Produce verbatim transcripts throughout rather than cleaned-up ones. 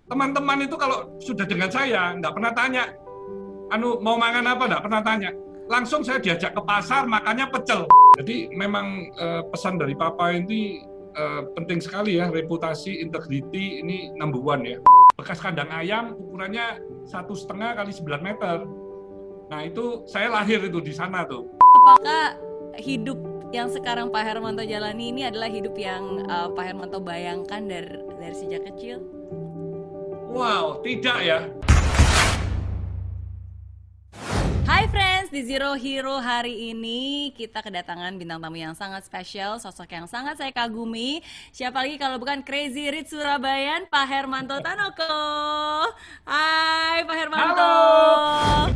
teman-teman itu kalau sudah dengan saya nggak pernah tanya, anu mau makan apa, nggak pernah tanya. Langsung saya diajak ke pasar, makannya pecel. Jadi memang uh, pesan dari Papa ini uh, penting sekali ya, reputasi, integriti ini number one ya. Bekas kandang ayam ukurannya satu setengah kali sembilan meter. Nah itu saya lahir itu di sana tuh. Apakah hidup yang sekarang Pak Hermanto jalani ini adalah hidup yang uh, Pak Hermanto bayangkan dari dari sejak kecil? Wow, tidak ya. Hai friends, di Zero Hero hari ini kita kedatangan bintang tamu yang sangat spesial, sosok yang sangat saya kagumi. Siapa lagi kalau bukan Crazy Rich Surabayan, Pak Hermanto Tanoko. Hai Pak Hermanto. Halo.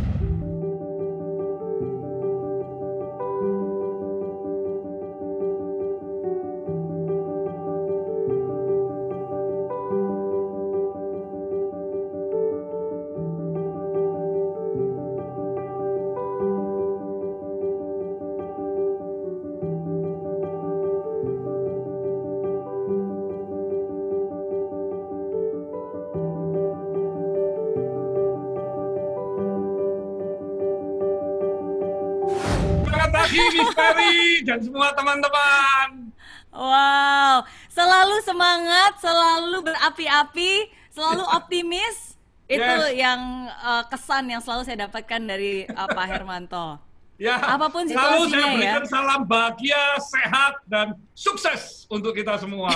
Pagi Miss Mary dan semua teman-teman. Wow, selalu semangat, selalu berapi-api, selalu optimis. Itu Yes. yang uh, kesan yang selalu saya dapatkan dari uh, Pak Hermanto. Ya, Apapun selalu saya situasinya ya. berikan salam bahagia, sehat, dan sukses untuk kita semua.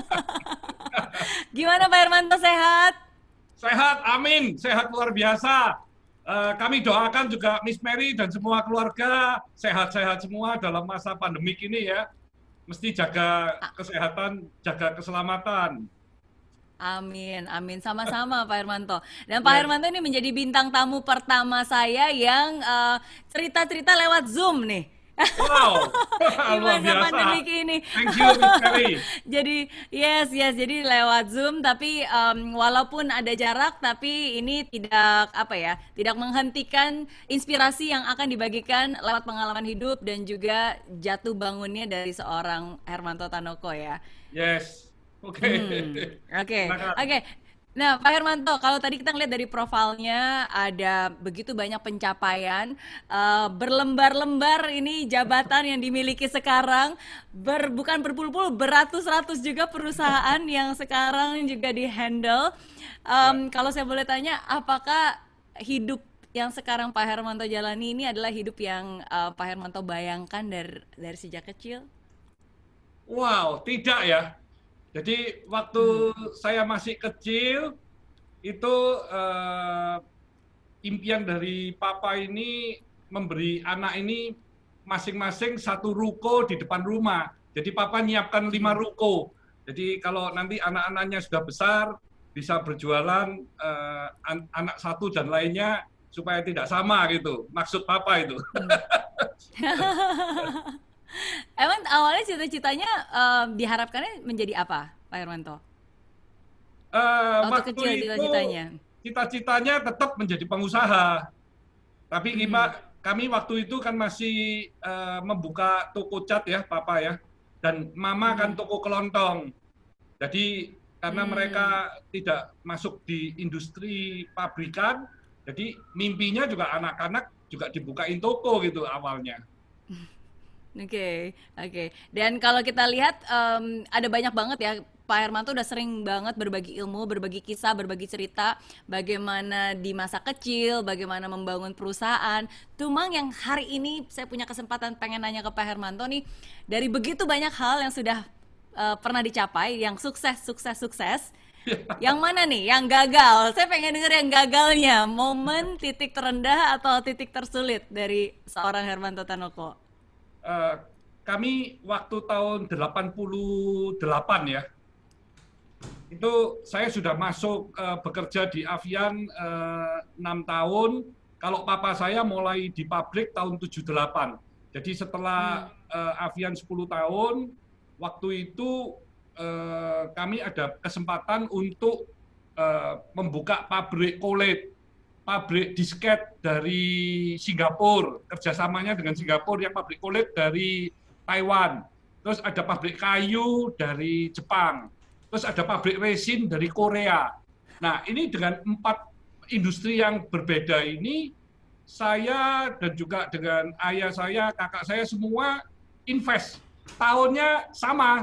Gimana Pak Hermanto, sehat? Sehat, amin. Sehat luar biasa. Uh, kami doakan juga Miss Mary dan semua keluarga sehat-sehat semua dalam masa pandemik ini ya. Mesti jaga kesehatan, jaga keselamatan. Amin, amin. Sama-sama Pak Hermanto. Dan Pak Ya. Hermanto ini menjadi bintang tamu pertama saya yang uh, cerita-cerita lewat Zoom nih. Wow, Di luar masa biasa. pandemik ini. Thank you, Miss Mary. Jadi yes yes jadi lewat Zoom, tapi um, walaupun ada jarak tapi ini tidak apa ya tidak menghentikan inspirasi yang akan dibagikan lewat pengalaman hidup dan juga jatuh bangunnya dari seorang Hermanto Tanoko ya. Yes, oke. Okay. Hmm, oke oke. Nah, Pak Hermanto, kalau tadi kita ngeliat dari profilnya ada begitu banyak pencapaian, uh, berlembar-lembar ini jabatan yang dimiliki sekarang, ber, bukan berpuluh-puluh, beratus-ratus juga perusahaan yang sekarang juga di-handle. Um, Ya. Kalau saya boleh tanya, apakah hidup yang sekarang Pak Hermanto jalani ini adalah hidup yang uh, Pak Hermanto bayangkan dari dari sejak kecil? Wow, tidak ya. Jadi waktu Hmm. saya masih kecil itu eh, impian dari Papa ini memberi anak ini masing-masing satu ruko di depan rumah. Jadi Papa nyiapkan lima ruko. Jadi kalau nanti anak-anaknya sudah besar bisa berjualan eh, an anak satu dan lainnya supaya tidak sama gitu. Maksud Papa itu. Emang awalnya cita-citanya em, diharapkannya menjadi apa, Pak Hermanto? Eh, Waktu waktu kecil itu cita-citanya. cita-citanya tetap menjadi pengusaha. Tapi Hmm. Gima, kami waktu itu kan masih uh, membuka toko cat ya, Papa ya. Dan Mama kan Hmm. toko kelontong. Jadi karena Hmm. mereka tidak masuk di industri pabrikan, jadi mimpinya juga anak-anak juga dibukain toko gitu awalnya. Oke, oke. Dan kalau kita lihat em, ada banyak banget ya, Pak Hermanto udah sering banget berbagi ilmu, berbagi kisah, berbagi cerita bagaimana di masa kecil, bagaimana membangun perusahaan. Cuma yang hari ini saya punya kesempatan pengen nanya ke Pak Hermanto nih, dari begitu banyak hal yang sudah eh, pernah dicapai, yang sukses, sukses, sukses. Yang mana nih? Yang gagal? Saya pengen denger yang gagalnya. Momen titik terendah atau titik tersulit dari seorang Hermanto Tanoko. Uh, kami waktu tahun delapan puluh delapan ya, itu saya sudah masuk uh, bekerja di Avian uh, enam tahun. Kalau papa saya mulai di pabrik tahun tujuh puluh delapan. Jadi Hmm. setelah uh, Avian sepuluh tahun, waktu itu uh, kami ada kesempatan untuk uh, membuka pabrik kulit, pabrik disket dari Singapura, kerjasamanya dengan Singapura yang pabrik kulit dari Taiwan. Terus ada pabrik kayu dari Jepang. Terus ada pabrik resin dari Korea. Nah, ini dengan empat industri yang berbeda ini, saya dan juga dengan ayah saya, kakak saya semua invest. Tahunnya sama,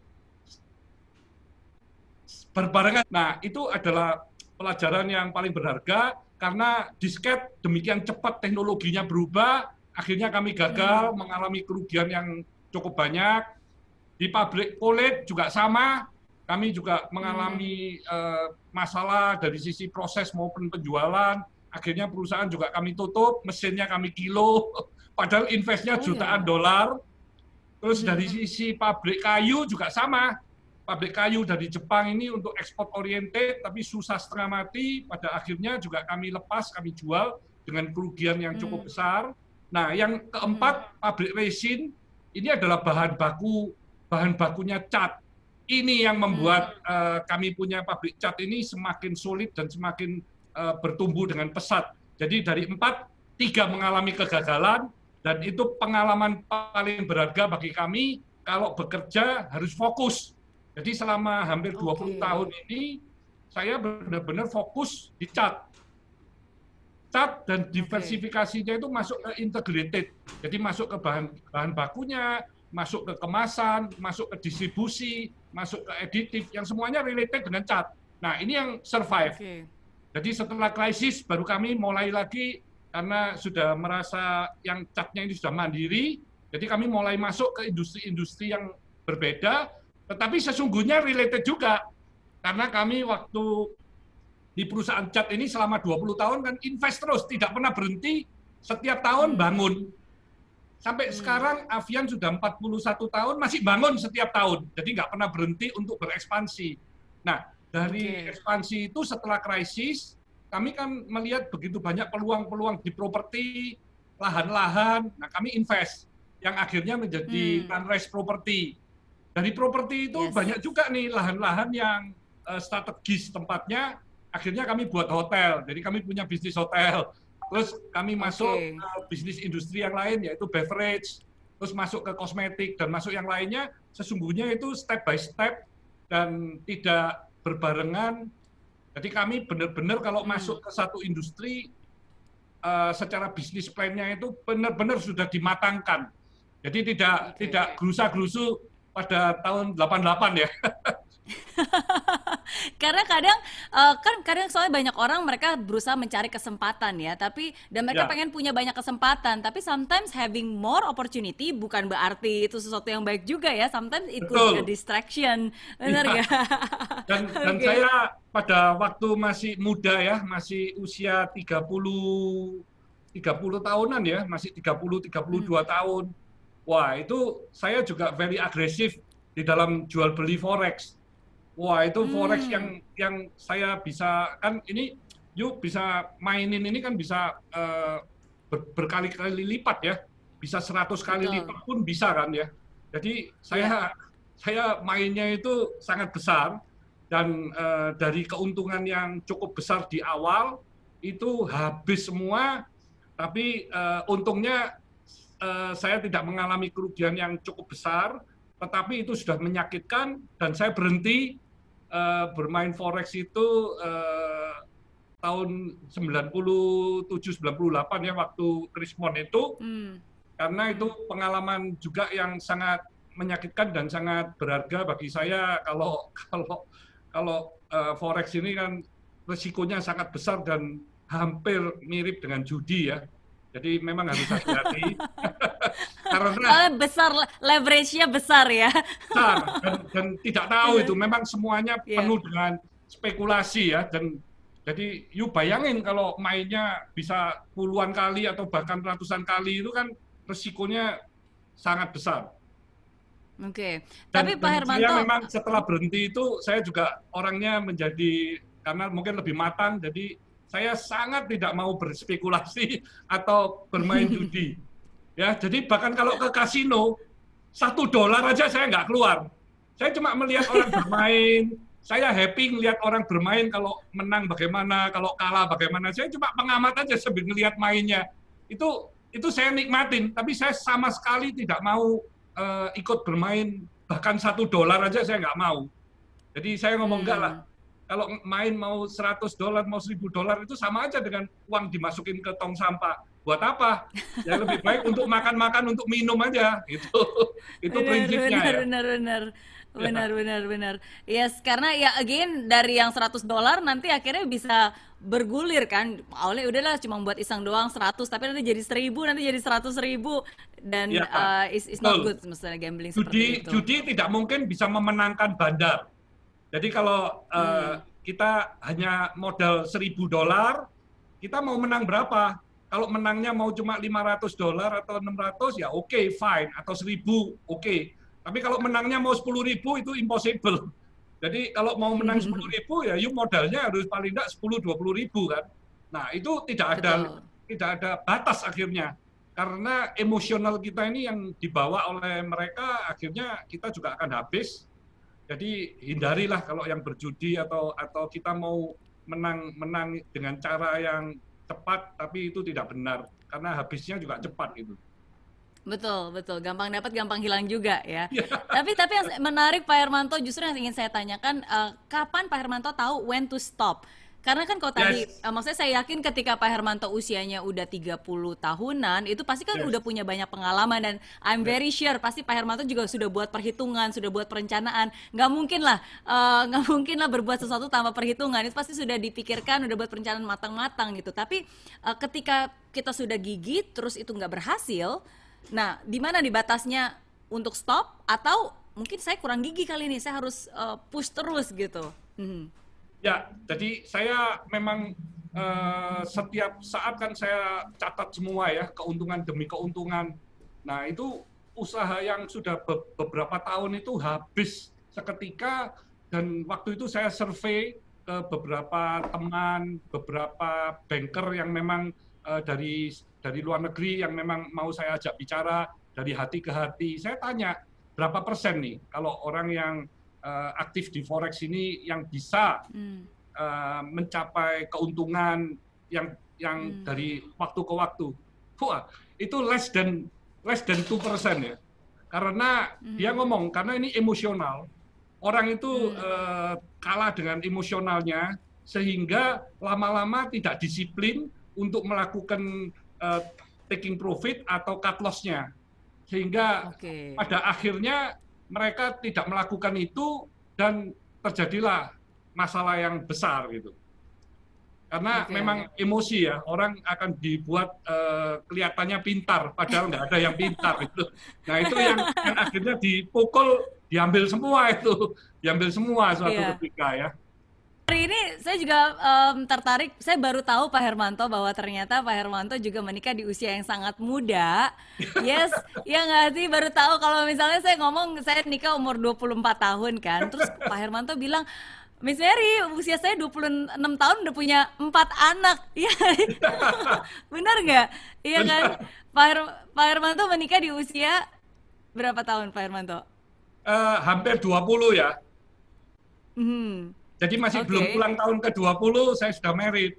berbarengan. Nah, itu adalah pelajaran yang paling berharga karena disket demikian cepat teknologinya berubah, akhirnya kami gagal, Hmm. mengalami kerugian yang cukup banyak. Di pabrik kulit juga sama, kami juga Hmm. mengalami uh, masalah dari sisi proses maupun penjualan. Akhirnya perusahaan juga kami tutup, mesinnya kami kilo, padahal investnya Oh jutaan ya. dolar. Terus dari Mhm. sisi pabrik kayu juga sama. Pabrik kayu dari Jepang ini untuk ekspor oriented, tapi susah setengah mati. Pada akhirnya juga kami lepas, kami jual dengan kerugian yang cukup Hmm. besar. Nah, yang Mhm. keempat, pabrik resin ini adalah bahan baku, bahan bakunya cat. Ini yang Hmm. membuat uh, kami punya pabrik cat ini semakin sulit dan semakin uh, bertumbuh dengan pesat. Jadi dari empat, tiga mengalami kegagalan, dan itu pengalaman paling berharga bagi kami. Kalau bekerja harus fokus. Jadi selama hampir dua puluh tahun Oke. ini, saya benar-benar fokus di cat. Cat dan Oke. diversifikasinya itu masuk ke integrated. Jadi masuk ke bahan, bahan bakunya, masuk ke kemasan, masuk ke distribusi, masuk ke editif, yang semuanya related dengan cat. Nah, ini yang survive. Oke. Jadi setelah krisis baru kami mulai lagi karena sudah merasa yang catnya ini sudah mandiri, jadi kami mulai masuk ke industri-industri yang berbeda, tetapi sesungguhnya related juga. Karena kami waktu di perusahaan cat ini selama dua puluh tahun kan invest terus, tidak pernah berhenti, setiap tahun Hmm. bangun. Sampai Hmm. sekarang Avian sudah empat puluh satu tahun, masih bangun setiap tahun. Jadi nggak pernah berhenti untuk berekspansi. Nah, dari Oke. ekspansi itu setelah krisis, kami kan melihat begitu banyak peluang-peluang di properti, lahan-lahan, nah kami invest, yang akhirnya menjadi Hmm. Sunrise Property. Dari properti itu Yes. banyak juga nih lahan-lahan yang uh, strategis tempatnya, akhirnya kami buat hotel, jadi kami punya bisnis hotel. Terus kami masuk Oke. ke bisnis industri yang lain, yaitu beverage, terus masuk ke kosmetik, dan masuk yang lainnya, sesungguhnya itu step by step, dan tidak berbarengan. Jadi kami benar-benar kalau Hmm. masuk ke satu industri, uh, secara bisnis plan-nya itu benar-benar sudah dimatangkan. Jadi tidak Oke. tidak gerusa-gerusu pada tahun delapan puluh delapan ya. Karena kadang eh, kan kadang soalnya banyak orang mereka berusaha mencari kesempatan ya, tapi dan mereka Ya, pengen punya banyak kesempatan, tapi sometimes having more opportunity bukan berarti itu sesuatu yang baik juga ya. Sometimes it could be a betul. distraction. Benar Ya. gak? Dan dan Oke. saya pada waktu masih muda ya, masih usia tiga puluh tiga puluh tahunan ya, masih tiga puluh tiga puluh Hmm. dua tahun. Wah, itu saya juga very agresif di dalam jual beli forex. Wah, itu forex Hmm. yang yang saya bisa kan ini yuk bisa mainin ini kan bisa uh, ber, berkali-kali lipat ya. Bisa seratus kali Betul. lipat pun bisa kan ya. Jadi Ya. saya saya mainnya itu sangat besar, dan uh, dari keuntungan yang cukup besar di awal itu habis semua, tapi uh, untungnya uh, saya tidak mengalami kerugian yang cukup besar, tetapi itu sudah menyakitkan dan saya berhenti uh, bermain forex itu uh, tahun sembilan puluh tujuh sembilan puluh delapan ya, waktu Krismon itu, Hmm. karena itu Hmm. pengalaman juga yang sangat menyakitkan dan sangat berharga bagi saya. Kalau kalau kalau uh, forex ini kan risikonya sangat besar dan hampir mirip dengan judi ya. Jadi memang harus hati-hati karena Soalnya besar, leverage-nya besar ya. besar dan, dan tidak tahu Iya. itu, memang semuanya Iya. penuh dengan spekulasi ya. Dan jadi you bayangin kalau mainnya bisa puluhan kali atau bahkan ratusan kali, itu kan risikonya sangat besar. Oke. Tapi Dan Pak dan saya Hermanto, memang setelah berhenti itu saya juga orangnya menjadi, karena mungkin lebih matang, jadi saya sangat tidak mau berspekulasi atau bermain judi. Ya, jadi bahkan kalau ke kasino, satu dolar aja saya nggak keluar. Saya cuma melihat orang bermain, saya happy ngelihat orang bermain, kalau menang bagaimana, kalau kalah bagaimana. Saya cuma pengamat aja sambil ngelihat mainnya. Itu itu saya nikmatin, tapi saya sama sekali tidak mau uh, ikut bermain, bahkan satu dolar aja saya nggak mau. Jadi saya ngomong enggak lah, hmm, kalau main mau seratus dolar, mau seribu dolar itu sama aja dengan uang dimasukin ke tong sampah. Buat apa? Ya lebih baik untuk makan-makan, untuk minum aja. Gitu. Itu Benar, prinsipnya benar, ya. benar, benar. Benar, Ya, benar, benar. Yes, karena ya again dari yang seratus dolar nanti akhirnya bisa bergulir kan. Awalnya udahlah cuma buat iseng doang seratus, tapi nanti jadi seribu, nanti jadi seratus ribu dan ya, uh, is is not good betul. misalnya gambling seperti Judi, itu. judi tidak mungkin bisa memenangkan bandar. Jadi kalau uh, Hmm, kita hanya modal seribu dolar, kita mau menang berapa? Kalau menangnya mau cuma lima ratus dolar atau enam ratus ya oke, okay, fine. Atau seribu, oke. Okay. Tapi kalau menangnya mau sepuluh ribu itu impossible. Jadi kalau mau menang sepuluh ribu ya yuk modalnya harus paling tidak sepuluh dua puluh ribu kan. Nah itu tidak ada betul. tidak ada batas akhirnya. Karena emosional kita ini yang dibawa oleh mereka akhirnya kita juga akan habis. Jadi hindarilah kalau yang berjudi atau atau kita mau menang menang dengan cara yang cepat tapi itu tidak benar karena habisnya juga cepat itu. Betul, betul. Gampang dapat, gampang hilang juga ya. Tapi tapi yang menarik Pak Hermanto justru yang ingin saya tanyakan, eh, kapan Pak Hermanto tahu when to stop? Karena kan kalau tadi, Yes, eh, maksudnya saya yakin ketika Pak Hermanto usianya udah tiga puluh tahunan, itu pasti kan yes, udah punya banyak pengalaman dan I'm yes. very sure pasti Pak Hermanto juga sudah buat perhitungan, sudah buat perencanaan. Nggak mungkin lah, eh, nggak mungkin lah berbuat sesuatu tanpa perhitungan. Itu pasti sudah dipikirkan, udah buat perencanaan matang-matang gitu. Tapi eh, ketika kita sudah gigit, terus itu nggak berhasil, nah, di mana nih batasnya untuk stop atau mungkin saya kurang gigi kali ini, saya harus uh, push terus gitu. Mhm. Ya, jadi saya memang eh, setiap saat kan saya catat semua ya, keuntungan demi keuntungan. Nah, itu usaha yang sudah be beberapa tahun itu habis seketika dan waktu itu saya survei ke beberapa teman, beberapa banker yang memang eh, dari dari luar negeri yang memang mau saya ajak bicara dari hati ke hati. Saya tanya, berapa persen nih kalau orang yang uh, aktif di forex ini yang bisa Hmm. uh, mencapai keuntungan yang yang Hmm. dari waktu ke waktu. Wah, itu less than less than two persen ya. Karena dia Hmm. ngomong karena ini emosional. Orang itu Hmm. uh, kalah dengan emosionalnya sehingga lama-lama tidak disiplin untuk melakukan uh, taking profit atau cut loss-nya. Sehingga Oke. pada akhirnya mereka tidak melakukan itu dan terjadilah masalah yang besar gitu. Karena memang Oke. emosi ya, orang akan dibuat uh, kelihatannya pintar, padahal nggak ada yang pintar itu. Nah itu yang, yang akhirnya dipukul, diambil semua itu, diambil semua suatu Iya. ketika ya. Hari ini saya juga em, tertarik, saya baru tahu Pak Hermanto bahwa ternyata Pak Hermanto juga menikah di usia yang sangat muda. Yes, ya nggak sih? Baru tahu kalau misalnya saya ngomong saya nikah umur dua puluh empat tahun kan. Terus Pak Hermanto bilang, Miss Mary, usia saya dua puluh enam tahun udah punya empat anak. Iya, benar nggak? Iya kan? Benar. Pak, Her Pak Hermanto menikah di usia berapa tahun Pak Hermanto? Uh, hampir dua puluh ya. Hmm, Jadi masih belum oke. pulang tahun ke dua puluh, saya sudah married.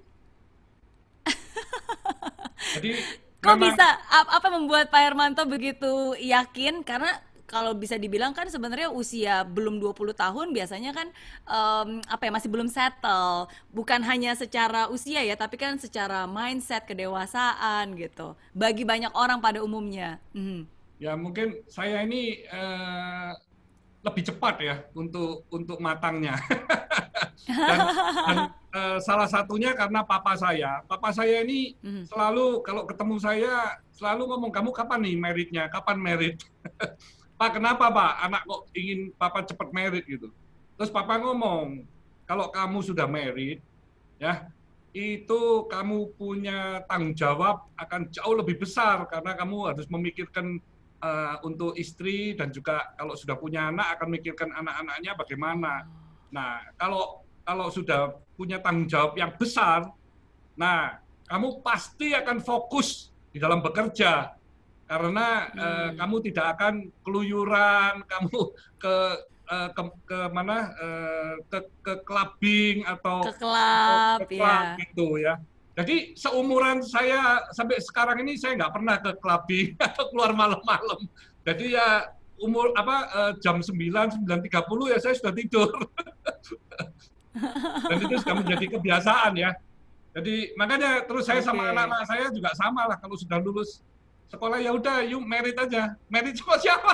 Jadi Kok memang bisa? Ap- Apa membuat Pak Hermanto begitu yakin? Karena kalau bisa dibilang kan sebenarnya usia belum dua puluh tahun biasanya kan em, apa ya masih belum settle. Bukan hanya secara usia ya, tapi kan secara mindset, kedewasaan gitu. Bagi banyak orang pada umumnya. Mhm. ya mungkin saya ini eh, lebih cepat ya untuk untuk matangnya. dan dan eh, salah satunya karena papa saya. Papa saya ini Mhm. selalu kalau ketemu saya selalu ngomong kamu kapan nih meritnya, kapan merit? Pak kenapa Pak anak kok ingin papa cepat merit gitu? Terus papa ngomong kalau kamu sudah merit ya itu kamu punya tanggung jawab akan jauh lebih besar karena kamu harus memikirkan eh, untuk istri dan juga kalau sudah punya anak akan memikirkan anak-anaknya bagaimana. Nah, kalau kalau sudah punya tanggung jawab yang besar, nah kamu pasti akan fokus di dalam bekerja karena eh, Hmm. kamu tidak akan keluyuran, kamu ke eh, ke, ke mana eh, ke ke clubbing atau Ke atau ke klub klub ya. gitu ya. Jadi seumuran saya sampai sekarang ini saya nggak pernah ke clubbing atau keluar malam-malam. Jadi ya umur apa eh, jam sembilan, sembilan tiga puluh ya saya sudah tidur. Dan itu sudah menjadi kebiasaan ya. Jadi makanya terus saya sama Oke. anak-anak saya juga sama lah kalau sudah lulus sekolah ya udah yuk merit aja. Merit sama siapa?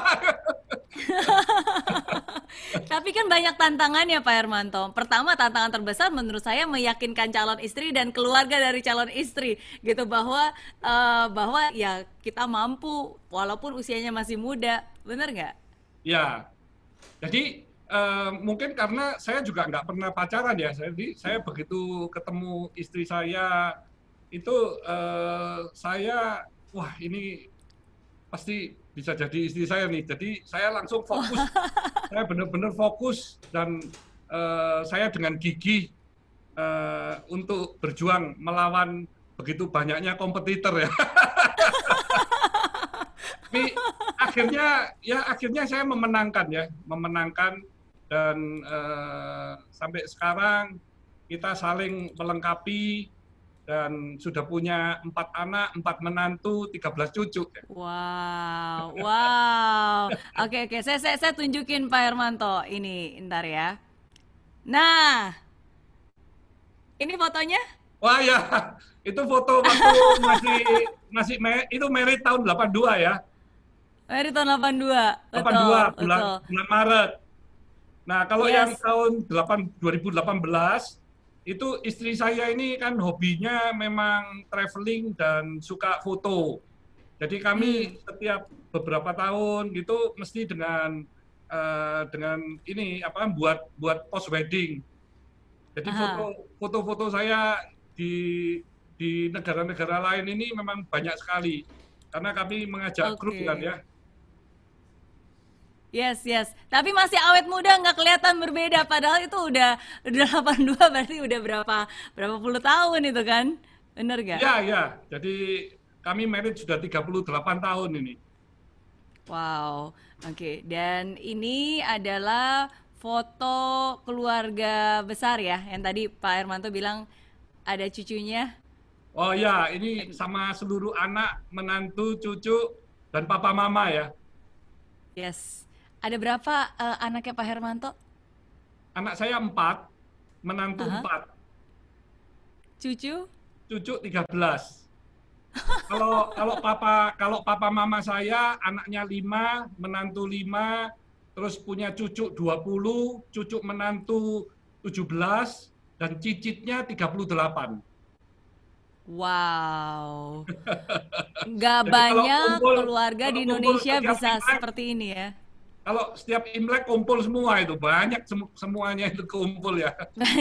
Tapi kan banyak tantangannya Pak Hermanto. Pertama, tantangan terbesar menurut saya meyakinkan calon istri dan keluarga dari calon istri gitu bahwa eh, bahwa ya kita mampu walaupun usianya masih muda. Bener nggak? Ya, jadi eh, mungkin karena saya juga nggak pernah pacaran ya. Jadi saya begitu ketemu istri saya itu eh, saya wah ini pasti bisa jadi istri saya nih. Jadi saya langsung fokus, saya benar-benar fokus dan eh, saya dengan gigih eh, untuk berjuang melawan begitu banyaknya kompetitor ya. Tapi akhirnya ya akhirnya saya memenangkan ya, memenangkan dan eh, sampai sekarang kita saling melengkapi dan sudah punya empat anak, empat menantu, tiga belas cucu. Ya. Wow, wow. Oke, oke. Saya, saya, saya tunjukin Pak Hermanto ini, ntar ya. Nah, ini fotonya Wah ya, itu foto waktu masih masih itu merit tahun delapan puluh dua ya. dari tahun delapan puluh dua. delapan puluh dua Betul, bulan betul. bulan Maret. Nah, kalau yang Yes. tahun dua ribu delapan belas itu istri saya ini kan hobinya memang traveling dan suka foto. Jadi Hmm. kami setiap beberapa tahun gitu mesti dengan eh, dengan ini apa buat buat post wedding. Jadi Aha. foto foto-foto saya di di negara-negara lain ini memang banyak sekali karena kami mengajak grup kan Oke. ya. Yes, yes. Tapi masih awet muda, nggak kelihatan berbeda. Padahal itu udah udah delapan puluh dua berarti udah berapa berapa puluh tahun itu kan? Bener nggak? Iya, iya. Jadi kami married sudah tiga puluh delapan tahun ini. Wow. Oke. Dan ini adalah foto keluarga besar ya, yang tadi Pak Hermanto bilang ada cucunya. Oh ya, ini sama seluruh anak, menantu, cucu, dan papa mama ya. Yes. Ada berapa eh, anaknya Pak Hermanto? Anak saya empat, menantu Aha. empat, Cucu? cucu tiga belas. Kalau kalau papa kalau papa mama saya anaknya lima, menantu lima, terus punya cucu dua puluh, cucu menantu tujuh belas, dan cicitnya tiga puluh delapan. Wow. Nggak Jadi kalau banyak kumpul keluarga kalau di kumpul Indonesia setiap bisa Imlek, seperti ini ya. kalau setiap Imlek kumpul semua itu banyak semuanya itu kumpul ya.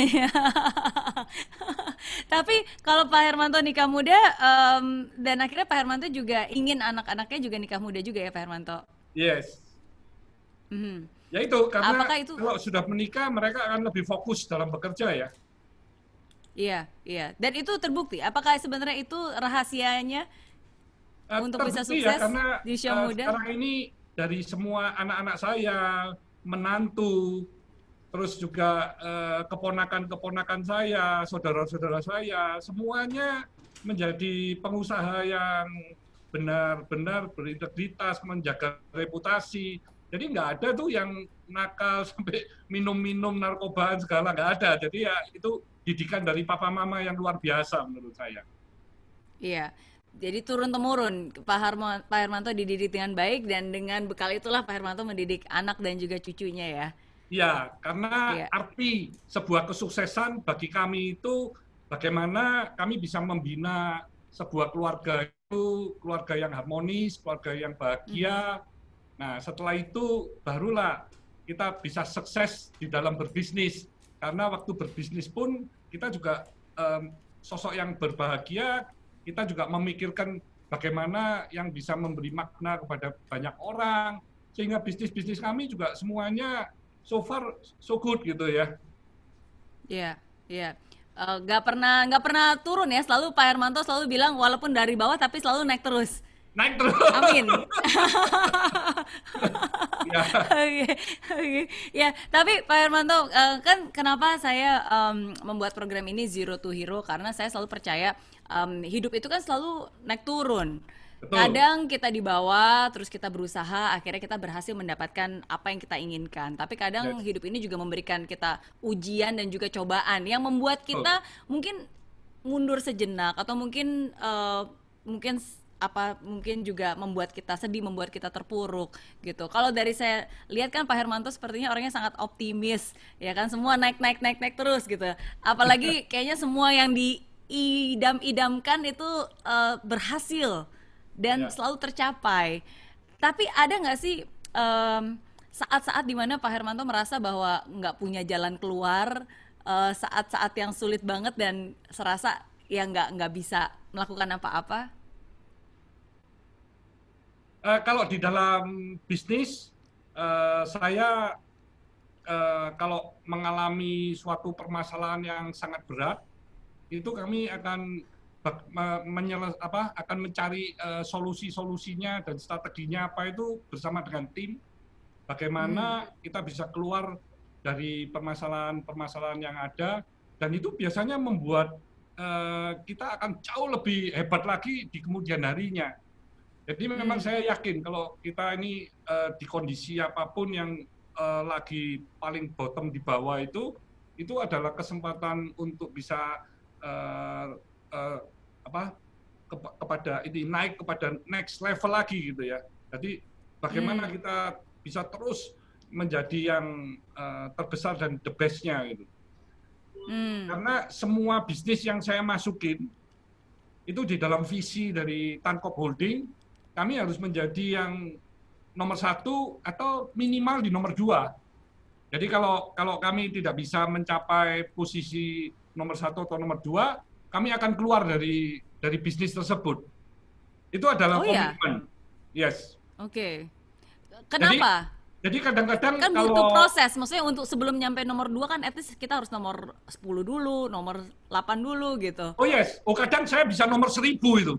Tapi kalau Pak Hermanto nikah muda, em, dan akhirnya Pak Hermanto juga ingin anak-anaknya juga nikah muda juga ya Pak Hermanto. Yes. Mhm. Ya itu karena Apakah itu? kalau sudah menikah mereka akan lebih fokus dalam bekerja ya. Iya, iya. Dan itu terbukti. Apakah sebenarnya itu rahasianya Eh, untuk bisa terbukti ya sukses karena di usia eh, muda? sekarang ini dari semua anak-anak saya, menantu, terus juga eh, keponakan-keponakan saya, saudara-saudara saya, semuanya menjadi pengusaha yang benar-benar berintegritas, menjaga reputasi. Jadi nggak ada tuh yang nakal sampai minum-minum narkobaan segala nggak ada. Jadi ya itu didikan dari papa mama yang luar biasa menurut saya. Iya. Jadi turun temurun Pak Harmo- Pak Hermanto dididik dengan baik dan dengan bekal itulah Pak Hermanto mendidik anak dan juga cucunya ya. Ya, karena Iya. arti sebuah kesuksesan bagi kami itu bagaimana kami bisa membina sebuah keluarga itu keluarga yang harmonis, keluarga yang Mhm. bahagia. Nah, setelah itu barulah kita bisa sukses di dalam berbisnis. Karena waktu berbisnis pun kita juga em, sosok yang berbahagia, kita juga memikirkan bagaimana yang bisa memberi makna kepada banyak orang, sehingga bisnis-bisnis kami juga semuanya so far so good gitu ya. Iya, iya. Eh, nggak pernah nggak pernah turun ya. Selalu Pak Hermanto selalu bilang walaupun dari bawah tapi selalu naik terus. Naik terus. Amin. Ya, Oke, oke. Ya, tapi Pak Hermanto, eh, kan kenapa saya em, membuat program ini Zero to Hero karena saya selalu percaya em, hidup itu kan selalu naik turun. Betul. Kadang kita di bawah, terus kita berusaha, akhirnya kita berhasil mendapatkan apa yang kita inginkan. Tapi kadang Yes. hidup ini juga memberikan kita ujian dan juga cobaan yang membuat Betul. kita mungkin mundur sejenak atau mungkin eh, mungkin s- apa mungkin juga membuat kita sedih, membuat kita terpuruk gitu. Kalau dari saya lihat kan Pak Hermanto sepertinya orangnya sangat optimis, ya kan semua naik naik naik naik terus gitu. Apalagi kayaknya semua yang diidam-idamkan itu eh, berhasil dan Ya. selalu tercapai. Tapi ada nggak sih em, saat-saat dimana Pak Hermanto merasa bahwa nggak punya jalan keluar, eh, saat-saat yang sulit banget dan serasa ya nggak nggak bisa melakukan apa-apa? Eh, kalau di dalam bisnis, eh, saya eh, kalau mengalami suatu permasalahan yang sangat berat, itu kami akan bak- me- menyele- apa, akan mencari eh, solusi-solusinya dan strateginya apa itu bersama dengan tim. Hmm. Bagaimana kita bisa keluar dari permasalahan-permasalahan yang ada, dan itu biasanya membuat eh, kita akan jauh lebih hebat lagi di kemudian harinya. Jadi memang Hmm. saya yakin kalau kita ini eh, di kondisi apapun yang eh, lagi paling bottom di bawah itu, itu adalah kesempatan untuk bisa eh, eh, apa kepa- kepada ini naik kepada next level lagi gitu ya. Jadi bagaimana Hmm. kita bisa terus menjadi yang eh, terbesar dan the best-nya gitu. Hmm. Karena semua bisnis yang saya masukin itu di dalam visi dari Tankop Holding, kami harus menjadi yang nomor satu atau minimal di nomor dua. Jadi kalau kalau kami tidak bisa mencapai posisi nomor satu atau nomor dua, kami akan keluar dari dari bisnis tersebut. Itu adalah Oh ya, komitmen. Yes. oke. Jadi Kenapa? jadi kadang-kadang Kan butuh kalau proses, maksudnya untuk sebelum nyampe nomor dua kan at least kita harus nomor sepuluh dulu, nomor delapan dulu gitu. oh yes, oh kadang saya bisa nomor seribu itu.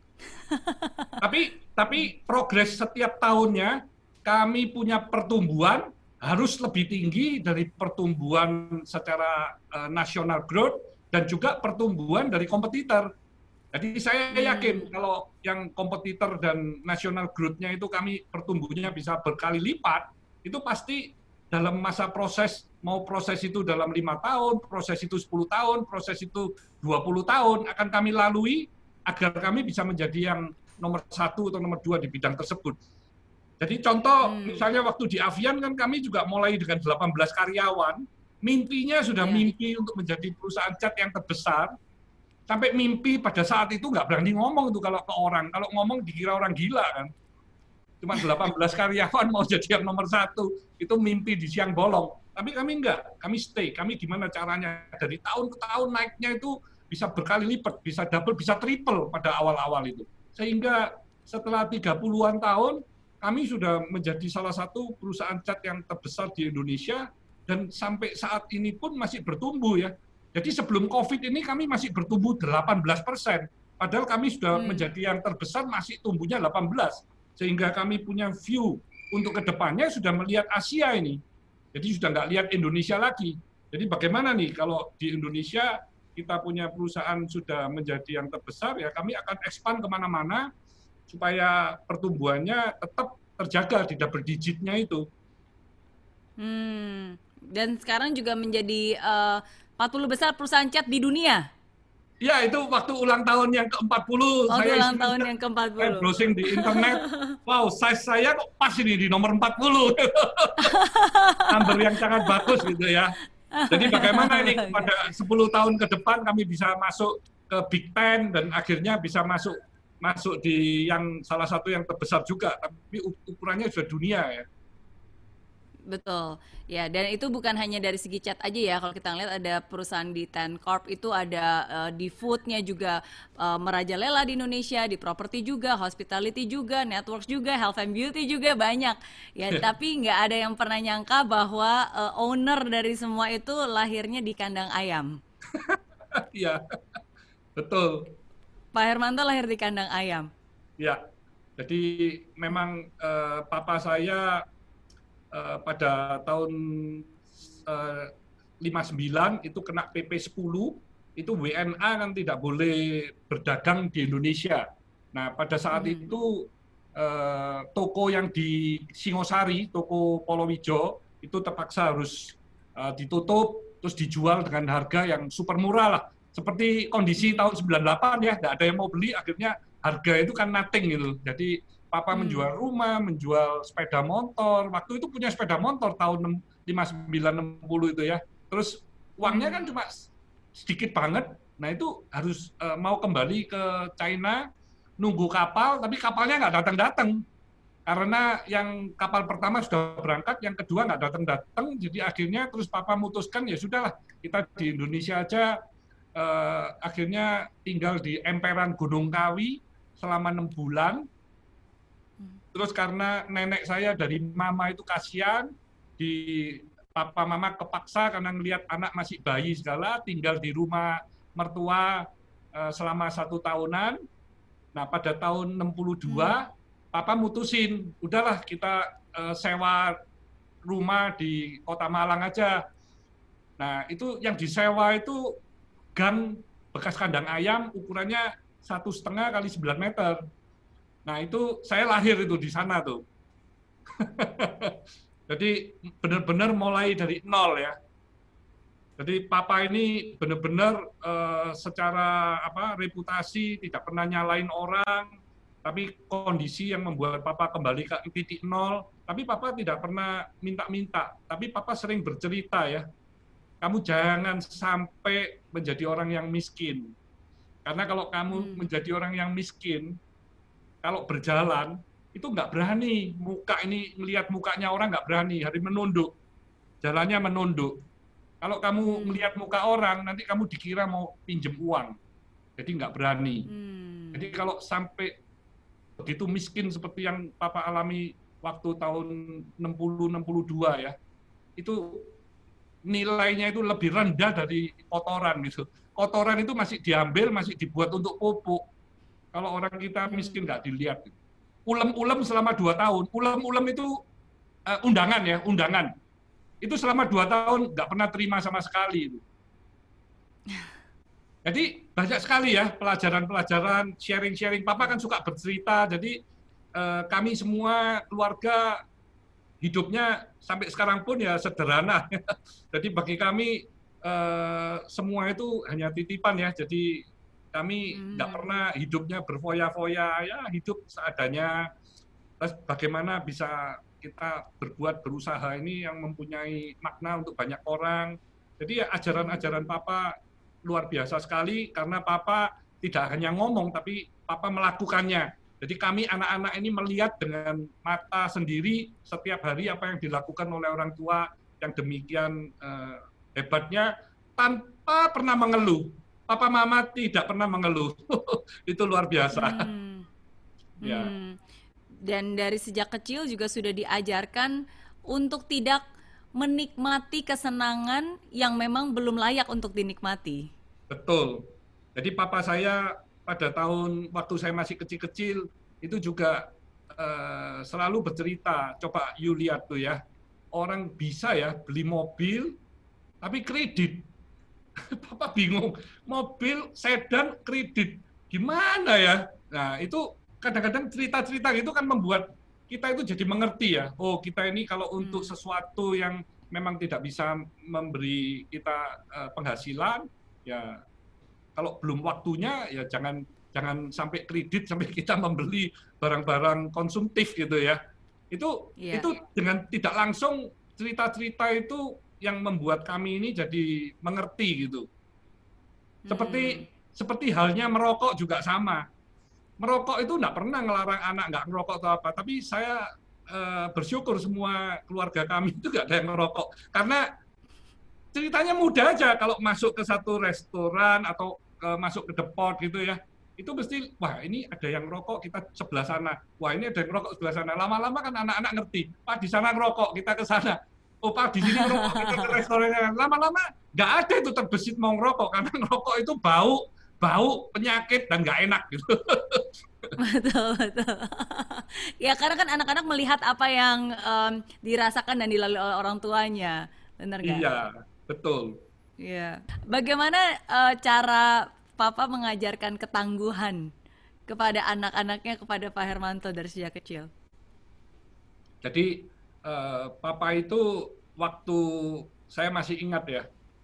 Tapi tapi progres setiap tahunnya kami punya pertumbuhan harus lebih tinggi dari pertumbuhan secara uh, nasional growth dan juga pertumbuhan dari kompetitor. Jadi saya Hmm. yakin kalau yang kompetitor dan nasional growth-nya itu kami pertumbuhannya bisa berkali lipat, itu pasti dalam masa proses, mau proses itu dalam lima tahun, proses itu sepuluh tahun, proses itu dua puluh tahun, akan kami lalui agar kami bisa menjadi yang nomor satu atau nomor dua di bidang tersebut. Jadi contoh, Hmm. misalnya waktu di Avian kan kami juga mulai dengan delapan belas karyawan, mimpinya sudah Ya. mimpi untuk menjadi perusahaan cat yang terbesar, sampai mimpi pada saat itu nggak berani ngomong tuh kalau ke orang. Kalau ngomong dikira orang gila kan. Cuma delapan belas karyawan mau jadi yang nomor satu, itu mimpi di siang bolong. Tapi kami enggak, kami stay. Kami gimana caranya dari tahun ke tahun naiknya itu bisa berkali lipat, bisa double, bisa triple pada awal-awal itu. Sehingga setelah tiga puluhan tahun, kami sudah menjadi salah satu perusahaan cat yang terbesar di Indonesia, dan sampai saat ini pun masih bertumbuh ya. Jadi sebelum COVID ini kami masih bertumbuh delapan belas persen. Padahal kami sudah Hmm. menjadi yang terbesar masih tumbuhnya delapan belas. Sehingga kami punya view untuk kedepannya sudah melihat Asia ini. Jadi sudah nggak lihat Indonesia lagi. Jadi bagaimana nih kalau di Indonesia kita punya perusahaan sudah menjadi yang terbesar, ya kami akan expand kemana-mana supaya pertumbuhannya tetap terjaga di double digit-nya itu. Hmm. Dan sekarang juga menjadi eh, empat puluh besar perusahaan cat di dunia. Ya, itu waktu ulang tahun yang ke empat puluh, Waktu saya ulang tahun iseng-iseng, yang saya ke empat puluh. browsing di internet, wow, size saya kok pas ini di nomor empat puluh. Number yang sangat bagus gitu ya. Jadi bagaimana ini Oke. pada sepuluh tahun ke depan kami bisa masuk ke Big Ten dan akhirnya bisa masuk masuk di yang salah satu yang terbesar juga, tapi ukurannya sudah dunia ya. Betul. Ya, dan itu bukan hanya dari segi cat aja ya. Kalau kita ngeliat ada perusahaan di Ten Corp itu ada eh, di foodnya juga eh, merajalela di Indonesia, di properti juga, hospitality juga, networks juga, health and beauty juga banyak. Ya, tapi nggak ada yang pernah nyangka bahwa eh, owner dari semua itu lahirnya di kandang ayam. Iya, betul. Pak Hermanto lahir di kandang ayam. Ya. Jadi memang eh, papa saya eh, pada tahun eh, lima puluh sembilan itu kena P P sepuluh, itu W N A kan tidak boleh berdagang di Indonesia. Nah, pada saat Mhm. itu eh, toko yang di Singosari, toko Polowijo, itu terpaksa harus eh, ditutup, terus dijual dengan harga yang super murah lah. Seperti kondisi Hmm. tahun sembilan puluh delapan ya, nggak ada yang mau beli, akhirnya harga itu kan nothing gitu. Jadi papa Hmm. menjual rumah, menjual sepeda motor. Waktu itu punya sepeda motor tahun lima puluh sembilan enam puluh itu ya. Terus uangnya kan Hmm. cuma sedikit banget. Nah itu harus uh, mau kembali ke China, nunggu kapal, tapi kapalnya nggak datang-datang. Karena yang kapal pertama sudah berangkat, yang kedua nggak datang-datang, jadi akhirnya terus papa mutuskan ya sudahlah kita di Indonesia aja. Eh, akhirnya tinggal di emperan Gunung Kawi selama enam bulan. Terus karena nenek saya dari mama itu kasihan, di papa mama kepaksa karena ngelihat anak masih bayi segala, tinggal di rumah mertua eh, selama satu tahunan. Nah, pada tahun enam puluh Hmm. dua, papa mutusin, udahlah kita eh, sewa rumah di Kota Malang aja. Nah, itu yang disewa itu gang bekas kandang ayam, ukurannya satu setengah kali sembilan meter. Nah, itu saya lahir itu di sana tuh. Jadi benar-benar mulai dari nol ya. Jadi papa ini benar-benar uh, secara apa reputasi tidak pernah nyalain orang, tapi kondisi yang membuat papa kembali ke titik nol. Tapi papa tidak pernah minta-minta, tapi papa sering bercerita ya, kamu jangan sampai menjadi orang yang miskin. Karena kalau kamu Hmm. menjadi orang yang miskin, kalau berjalan itu nggak berani, muka ini melihat mukanya orang nggak berani, hari menunduk, jalannya menunduk. Kalau kamu Hmm. melihat muka orang, nanti kamu dikira mau pinjem uang, jadi nggak berani. Hmm. Jadi kalau sampai begitu miskin seperti yang papa alami waktu tahun enam puluh enam puluh dua ya, itu nilainya itu lebih rendah dari kotoran gitu. Kotoran itu masih diambil, masih dibuat untuk pupuk. Kalau orang kita miskin Hmm. nggak dilihat. Ulem-ulem selama dua tahun. Ulem-ulem itu uh, undangan ya, undangan. Itu selama dua tahun nggak pernah terima sama sekali. Jadi banyak sekali ya pelajaran-pelajaran, sharing-sharing. Papa kan suka bercerita, jadi eh, kami semua keluarga hidupnya sampai sekarang pun ya sederhana. Jadi bagi kami eh, semua itu hanya titipan ya. Jadi kami nggak Hmm. pernah hidupnya berfoya-foya, ya hidup seadanya. Terus bagaimana bisa kita berbuat berusaha ini yang mempunyai makna untuk banyak orang. Jadi ya Hmm. ajaran-ajaran Papa luar biasa sekali karena Papa tidak hanya ngomong tapi Papa melakukannya. Jadi kami anak-anak ini melihat dengan mata sendiri setiap hari apa yang dilakukan oleh orang tua yang demikian eh, hebatnya tanpa pernah mengeluh. Papa Mama tidak pernah mengeluh. Itu luar biasa. Hmm. Ya, Hmm. Dan dari sejak kecil juga sudah diajarkan untuk tidak menikmati kesenangan yang memang belum layak untuk dinikmati. betul. Jadi papa saya pada tahun waktu saya masih kecil-kecil itu juga eh, selalu bercerita, coba you lihat tuh ya, orang bisa ya beli mobil tapi kredit. Papa bingung, mobil sedan kredit, gimana ya? Nah itu kadang-kadang cerita-cerita gitu kan membuat kita itu jadi mengerti ya, oh kita ini kalau untuk Hmm. sesuatu yang memang tidak bisa memberi kita eh, penghasilan, ya kalau belum waktunya ya jangan jangan sampai kredit sampai kita membeli barang-barang konsumtif gitu ya. Itu Iya. itu dengan tidak langsung cerita-cerita itu yang membuat kami ini jadi mengerti gitu. Hmm. Seperti seperti halnya merokok juga sama. Merokok itu enggak pernah ngelarang anak nggak merokok atau apa, tapi saya eh, bersyukur semua keluarga kami itu nggak ada yang merokok karena ceritanya mudah aja kalau masuk ke satu restoran atau uh, masuk ke depot gitu ya, itu mesti wah ini ada yang rokok kita sebelah sana, wah ini ada yang rokok sebelah sana, lama-lama kan anak-anak ngerti, pak di sana ngerokok kita ke sana, oh pak di sini ngerokok kita ke restorannya, lama-lama nggak ada itu terbesit mau ngerokok karena ngerokok itu bau bau penyakit dan nggak enak gitu. Betul, betul. Ya, karena kan anak-anak melihat apa yang em, dirasakan dan dilalui oleh orang tuanya. Bener nggak? Iya betul. Iya. Bagaimana eh, cara Papa mengajarkan ketangguhan kepada anak-anaknya, kepada Pak Hermanto dari sejak kecil? Jadi eh, Papa itu waktu saya masih ingat ya,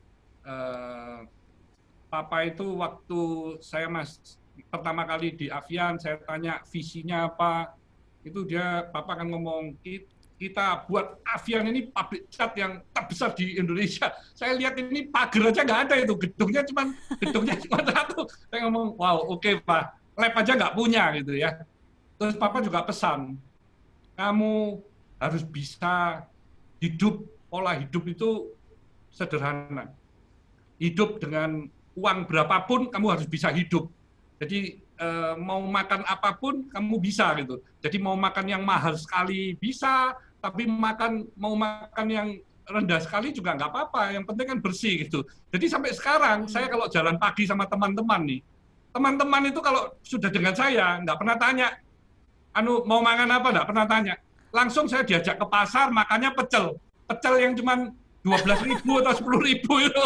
eh, Papa itu waktu saya mas pertama kali di Avian, saya tanya visinya apa, itu dia Papa kan ngomong kita buat Avian ini pabrik cat yang terbesar di Indonesia. Saya lihat ini pagar aja nggak ada itu, gedungnya cuma gedungnya cuma satu. Saya ngomong wow oke okay, Pak, lab aja nggak punya gitu ya. Terus Papa juga pesan, kamu harus bisa hidup, pola hidup itu sederhana. Hidup dengan uang berapapun, kamu harus bisa hidup. Jadi eh, mau makan apapun, kamu bisa gitu. Jadi mau makan yang mahal sekali bisa, tapi makan mau makan yang rendah sekali juga nggak apa-apa. Yang penting kan bersih gitu. Jadi sampai sekarang, Hmm. saya kalau jalan pagi sama teman-teman nih, teman-teman itu kalau sudah dengan saya, nggak pernah tanya, anu mau makan apa, nggak pernah tanya. Langsung saya diajak ke pasar, makannya pecel. Pecel yang cuma dua belas ribu atau sepuluh ribu itu.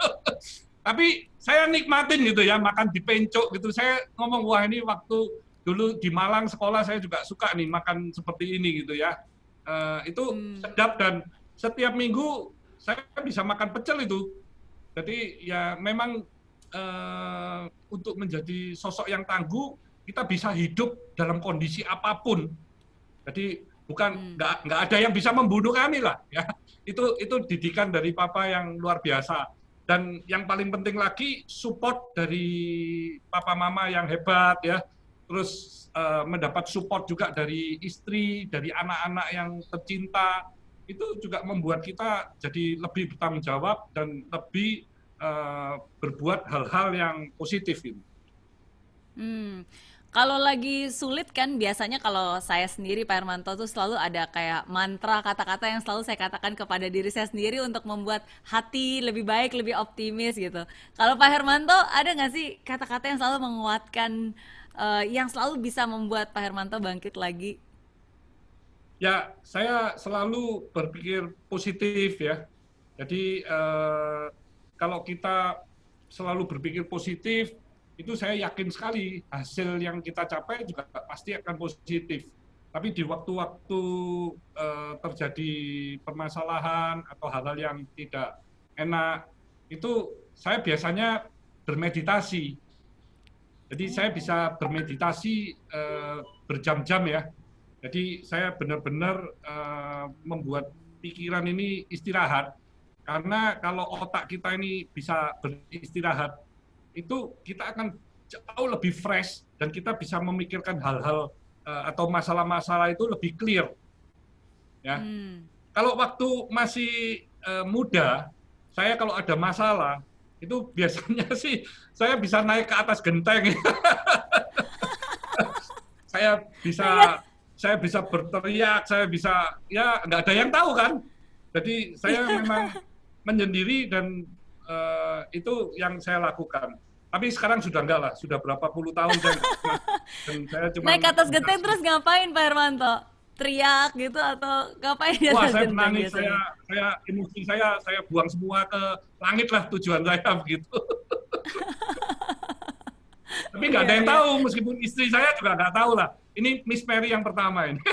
Tapi saya nikmatin gitu ya, makan di pencok gitu. Saya ngomong, wah ini waktu dulu di Malang sekolah saya juga suka nih makan seperti ini gitu ya. Uh, itu Hmm. sedap dan setiap minggu saya bisa makan pecel itu. Jadi ya memang uh, untuk menjadi sosok yang tangguh, kita bisa hidup dalam kondisi apapun. Jadi bukan nggak hmm. nggak ada yang bisa membunuh kami lah ya. Itu itu didikan dari Papa yang luar biasa. Dan yang paling penting lagi support dari papa mama yang hebat ya, terus uh, mendapat support juga dari istri, dari anak-anak yang tercinta, itu juga membuat kita jadi lebih bertanggung jawab dan lebih uh, berbuat hal-hal yang positif gitu. Hmm. Kalau lagi sulit kan biasanya kalau saya sendiri Pak Hermanto tuh selalu ada kayak mantra kata-kata yang selalu saya katakan kepada diri saya sendiri untuk membuat hati lebih baik, lebih optimis gitu. Kalau Pak Hermanto ada nggak sih kata-kata yang selalu menguatkan, uh, yang selalu bisa membuat Pak Hermanto bangkit lagi? Ya, saya selalu berpikir positif ya. Jadi uh, kalau kita selalu berpikir positif, itu saya yakin sekali hasil yang kita capai juga pasti akan positif. Tapi di waktu-waktu uh, terjadi permasalahan atau hal-hal yang tidak enak, itu saya biasanya bermeditasi. Jadi saya bisa bermeditasi uh, berjam-jam ya. Jadi saya benar-benar uh, membuat pikiran ini istirahat. Karena kalau otak kita ini bisa beristirahat, itu kita akan jauh lebih fresh dan kita bisa memikirkan hal-hal uh, atau masalah-masalah itu lebih clear. Ya. Hmm. Kalau waktu masih uh, muda, saya kalau ada masalah itu biasanya sih saya bisa naik ke atas genteng. Saya bisa saya bisa berteriak, saya bisa ya nggak ada yang tahu kan. Jadi saya memang menyendiri dan uh, itu yang saya lakukan. Tapi sekarang sudah enggak lah, sudah berapa puluh tahun saya dan saya cuma naik ke atas genteng terus ngapain Pak Hermanto? Teriak gitu atau ngapain di atas Wah, saya genteng menangis, biasanya? saya saya emosi saya saya buang semua ke langit lah tujuan saya begitu. Tapi nggak ada yang tahu, meskipun istri saya juga nggak tahu lah. Ini Miss Mary yang pertama ini.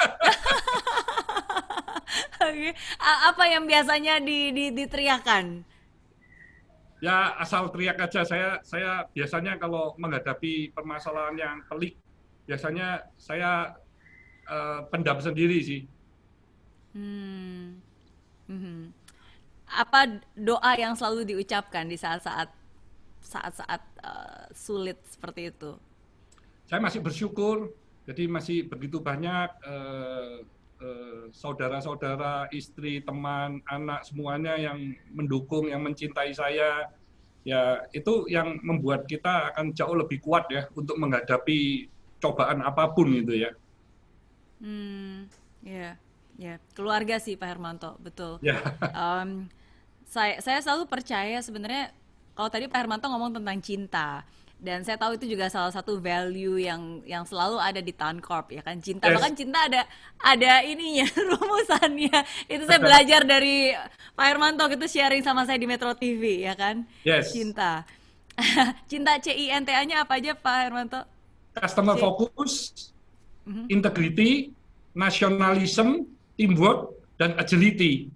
Oke. Apa yang biasanya di, di, diteriakan? Ya asal teriak aja. Saya saya biasanya kalau menghadapi permasalahan yang pelik, biasanya saya uh, pendam sendiri sih. Hmm. Hmm. Apa doa yang selalu diucapkan di saat-saat saat-saat uh, sulit seperti itu? Saya masih bersyukur. Jadi masih begitu banyak uh, uh, saudara-saudara, istri, teman, anak semuanya yang mendukung, yang mencintai saya. Ya itu yang membuat kita akan jauh lebih kuat ya untuk menghadapi cobaan apapun gitu ya. Hmm, ya, ya. Keluarga sih Pak Hermanto, betul. Ya. Um, saya saya selalu percaya sebenarnya kalau tadi Pak Hermanto ngomong tentang cinta. Dan saya tahu itu juga salah satu value yang yang selalu ada di Town Corp ya kan, cinta. Yes. Bahkan cinta ada ada ininya rumusannya. Itu saya belajar dari Pak Hermanto, gitu sharing sama saya di Metro T V ya kan. Yes. Cinta. Cinta C I N T A-nya apa aja Pak Hermanto? customer Sip. focus, Mhm. integrity, nationalism, teamwork, dan agility.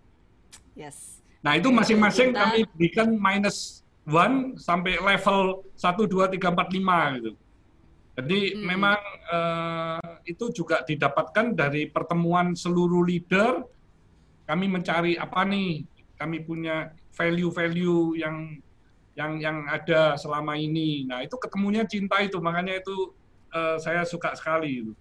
Yes. Nah, itu Oke, itu masing-masing cinta. kami berikan minus one sampai level satu, dua, tiga, empat, lima gitu. Jadi Hmm. memang eh, itu juga didapatkan dari pertemuan seluruh leader. Kami mencari apa nih? Kami punya value-value yang yang yang ada selama ini. Nah, itu ketemunya cinta itu, makanya itu eh, saya suka sekali itu.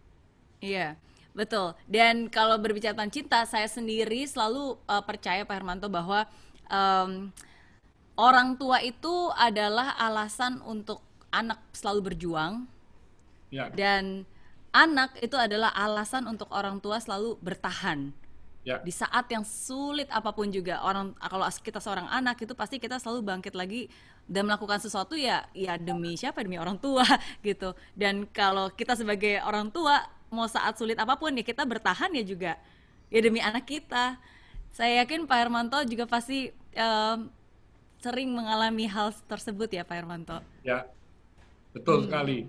Iya, betul. Dan kalau berbicara tentang cinta, saya sendiri selalu uh, percaya Pak Hermanto bahwa em, orang tua itu adalah alasan untuk anak selalu berjuang, Ya, dan anak itu adalah alasan untuk orang tua selalu bertahan ya, di saat yang sulit apapun juga. Orang kalau kita seorang anak itu pasti kita selalu bangkit lagi dan melakukan sesuatu, ya ya demi siapa, demi orang tua gitu. Dan kalau kita sebagai orang tua mau saat sulit apapun ya kita bertahan ya juga ya demi anak kita. Saya yakin Pak Hermanto juga pasti em, sering mengalami hal tersebut ya Pak Hermanto. ya, betul Hmm. sekali.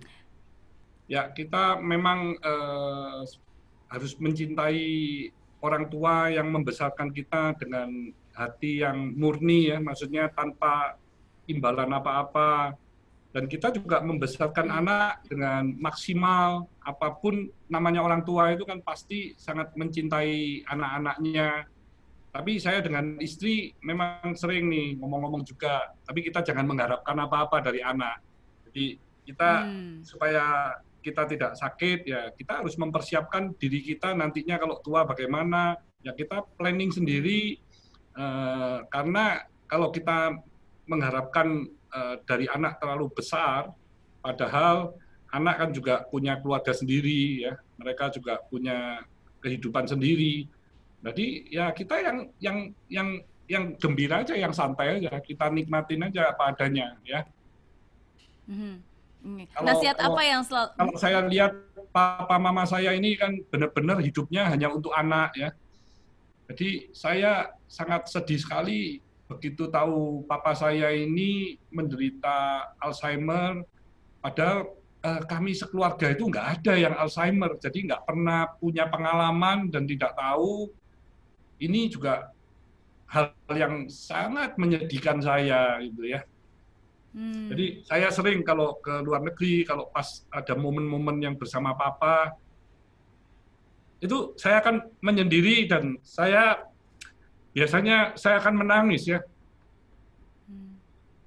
Ya, kita memang eh, harus mencintai orang tua yang membesarkan kita dengan hati yang murni ya, maksudnya tanpa imbalan apa-apa. Dan kita juga membesarkan Hmm. anak dengan maksimal, apapun namanya orang tua itu kan pasti sangat mencintai anak-anaknya. Tapi saya dengan istri memang sering nih ngomong-ngomong juga, tapi kita jangan mengharapkan apa-apa dari anak. Jadi kita Hmm. supaya kita tidak sakit, ya kita harus mempersiapkan diri kita nantinya kalau tua bagaimana, ya kita planning Hmm. sendiri, eh, karena kalau kita mengharapkan eh, dari anak terlalu besar, padahal anak kan juga punya keluarga sendiri, ya mereka juga punya kehidupan sendiri. Jadi ya kita yang yang yang yang gembira aja, yang santai aja, kita nikmatin aja apa adanya, ya. Hmm. Hmm. Kalau Nasihat kalau apa yang selalu. kalau saya lihat papa mama saya ini kan benar-benar hidupnya hanya untuk anak, ya. Jadi saya sangat sedih sekali begitu tahu papa saya ini menderita Alzheimer, padahal eh, kami sekeluarga itu nggak ada yang Alzheimer, jadi nggak pernah punya pengalaman dan tidak tahu. Ini juga hal yang sangat menyedihkan saya gitu ya. Hmm. Jadi saya sering kalau ke luar negeri, kalau pas ada momen-momen yang bersama papa, itu saya akan menyendiri dan saya biasanya saya akan menangis ya. Hmm.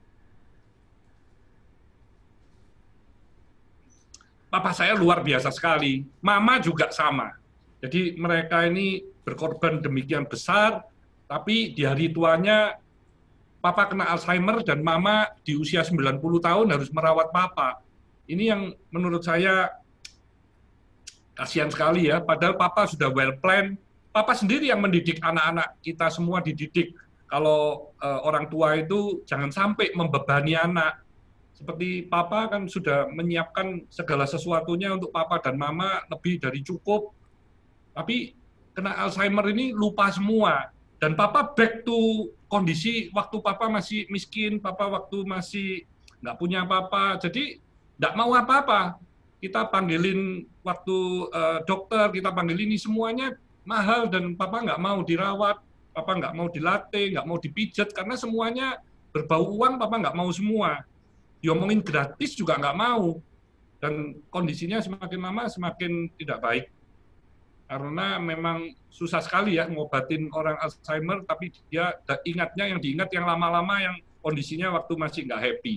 Papa saya luar biasa sekali, mama juga sama. Jadi mereka ini berkorban demikian besar, tapi di hari tuanya papa kena Alzheimer dan mama di usia sembilan puluh tahun harus merawat papa. Ini yang menurut saya kasihan sekali ya, padahal papa sudah well plan, papa sendiri yang mendidik anak-anak kita semua dididik. Kalau eh, orang tua itu jangan sampai membebani anak. Seperti papa kan sudah menyiapkan segala sesuatunya untuk papa dan mama lebih dari cukup, tapi kena Alzheimer ini lupa semua. Dan papa back to kondisi waktu papa masih miskin, papa waktu masih nggak punya apa-apa. Jadi nggak mau apa-apa. Kita panggilin waktu uh, dokter, kita panggilin ini semuanya mahal dan papa nggak mau dirawat, papa nggak mau dilatih, nggak mau dipijat karena semuanya berbau uang, papa nggak mau semua. Diomongin gratis juga nggak mau. Dan kondisinya semakin lama semakin tidak baik karena memang susah sekali ya ngobatin orang Alzheimer, tapi dia ingatnya yang diingat yang lama-lama yang kondisinya waktu masih nggak happy.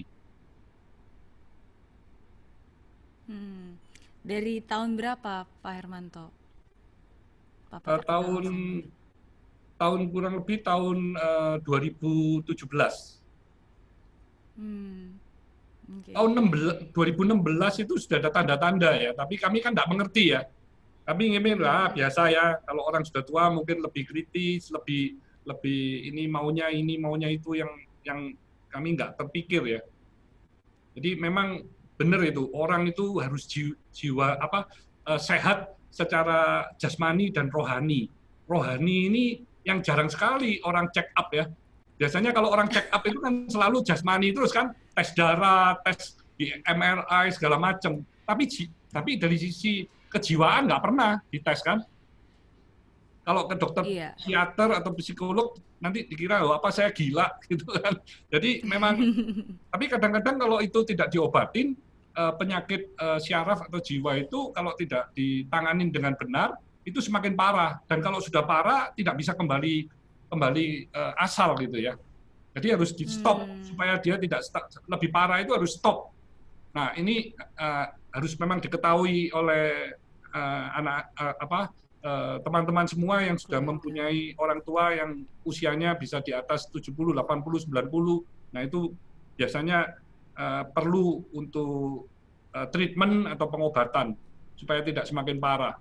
Hmm. Dari tahun berapa Pak Hermanto Papa Eh, terkena tahun Alzheimer? tahun kurang lebih tahun eh, dua ribu tujuh belas. Hmm. Oke. Tahun dua ribu enam belas itu sudah ada tanda-tanda ya, tapi kami kan nggak mengerti ya. Kami ingin lah Hmm. biasa ya, kalau orang sudah tua mungkin lebih kritis, lebih lebih ini maunya ini maunya itu yang yang kami nggak terpikir ya. Jadi memang benar itu orang itu harus jiwa, jiwa apa eh, sehat secara jasmani dan rohani. Rohani ini yang jarang sekali orang check up ya. Biasanya kalau orang check up itu kan selalu jasmani terus kan, tes darah, tes di M R I segala macam. Tapi tapi dari sisi kejiwaan nggak pernah dites kan. Kalau ke dokter Iya. psikiater atau psikolog nanti dikira oh, apa saya gila gitu kan. Jadi memang tapi kadang-kadang kalau itu tidak diobatin penyakit syaraf atau jiwa itu kalau tidak ditanganin dengan benar itu semakin parah, dan kalau sudah parah tidak bisa kembali kembali uh, asal gitu ya. Jadi harus di stop hmm. supaya dia tidak lebih parah, itu harus stop. Nah ini uh, harus memang diketahui oleh uh, anak uh, apa teman-teman uh, semua yang sudah mempunyai orang tua yang usianya bisa di atas tujuh puluh, delapan puluh, sembilan puluh. Nah itu biasanya uh, perlu untuk uh, treatment atau pengobatan supaya tidak semakin parah.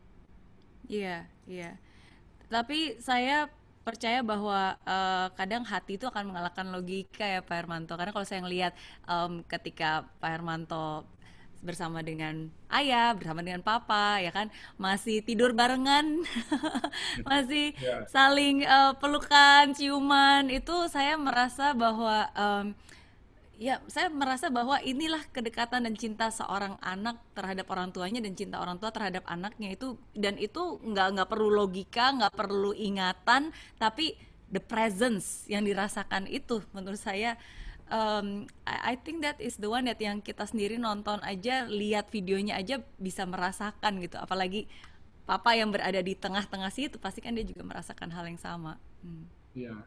Iya, iya. Tapi saya percaya bahwa uh, kadang hati itu akan mengalahkan logika ya Pak Hermanto. Karena kalau saya ngelihat um, ketika Pak Hermanto bersama dengan ayah, bersama dengan papa, ya kan, masih tidur barengan, masih yeah. saling uh, pelukan, ciuman, itu saya merasa bahwa um, ya, saya merasa bahwa inilah kedekatan dan cinta seorang anak terhadap orang tuanya dan cinta orang tua terhadap anaknya itu, dan itu nggak nggak perlu logika, nggak perlu ingatan, tapi the presence yang dirasakan itu menurut saya, um, I, I think that is the one that yang kita sendiri nonton aja, lihat videonya aja bisa merasakan gitu, apalagi papa yang berada di tengah-tengah situ pasti kan dia juga merasakan hal yang sama. Hmm. Yeah.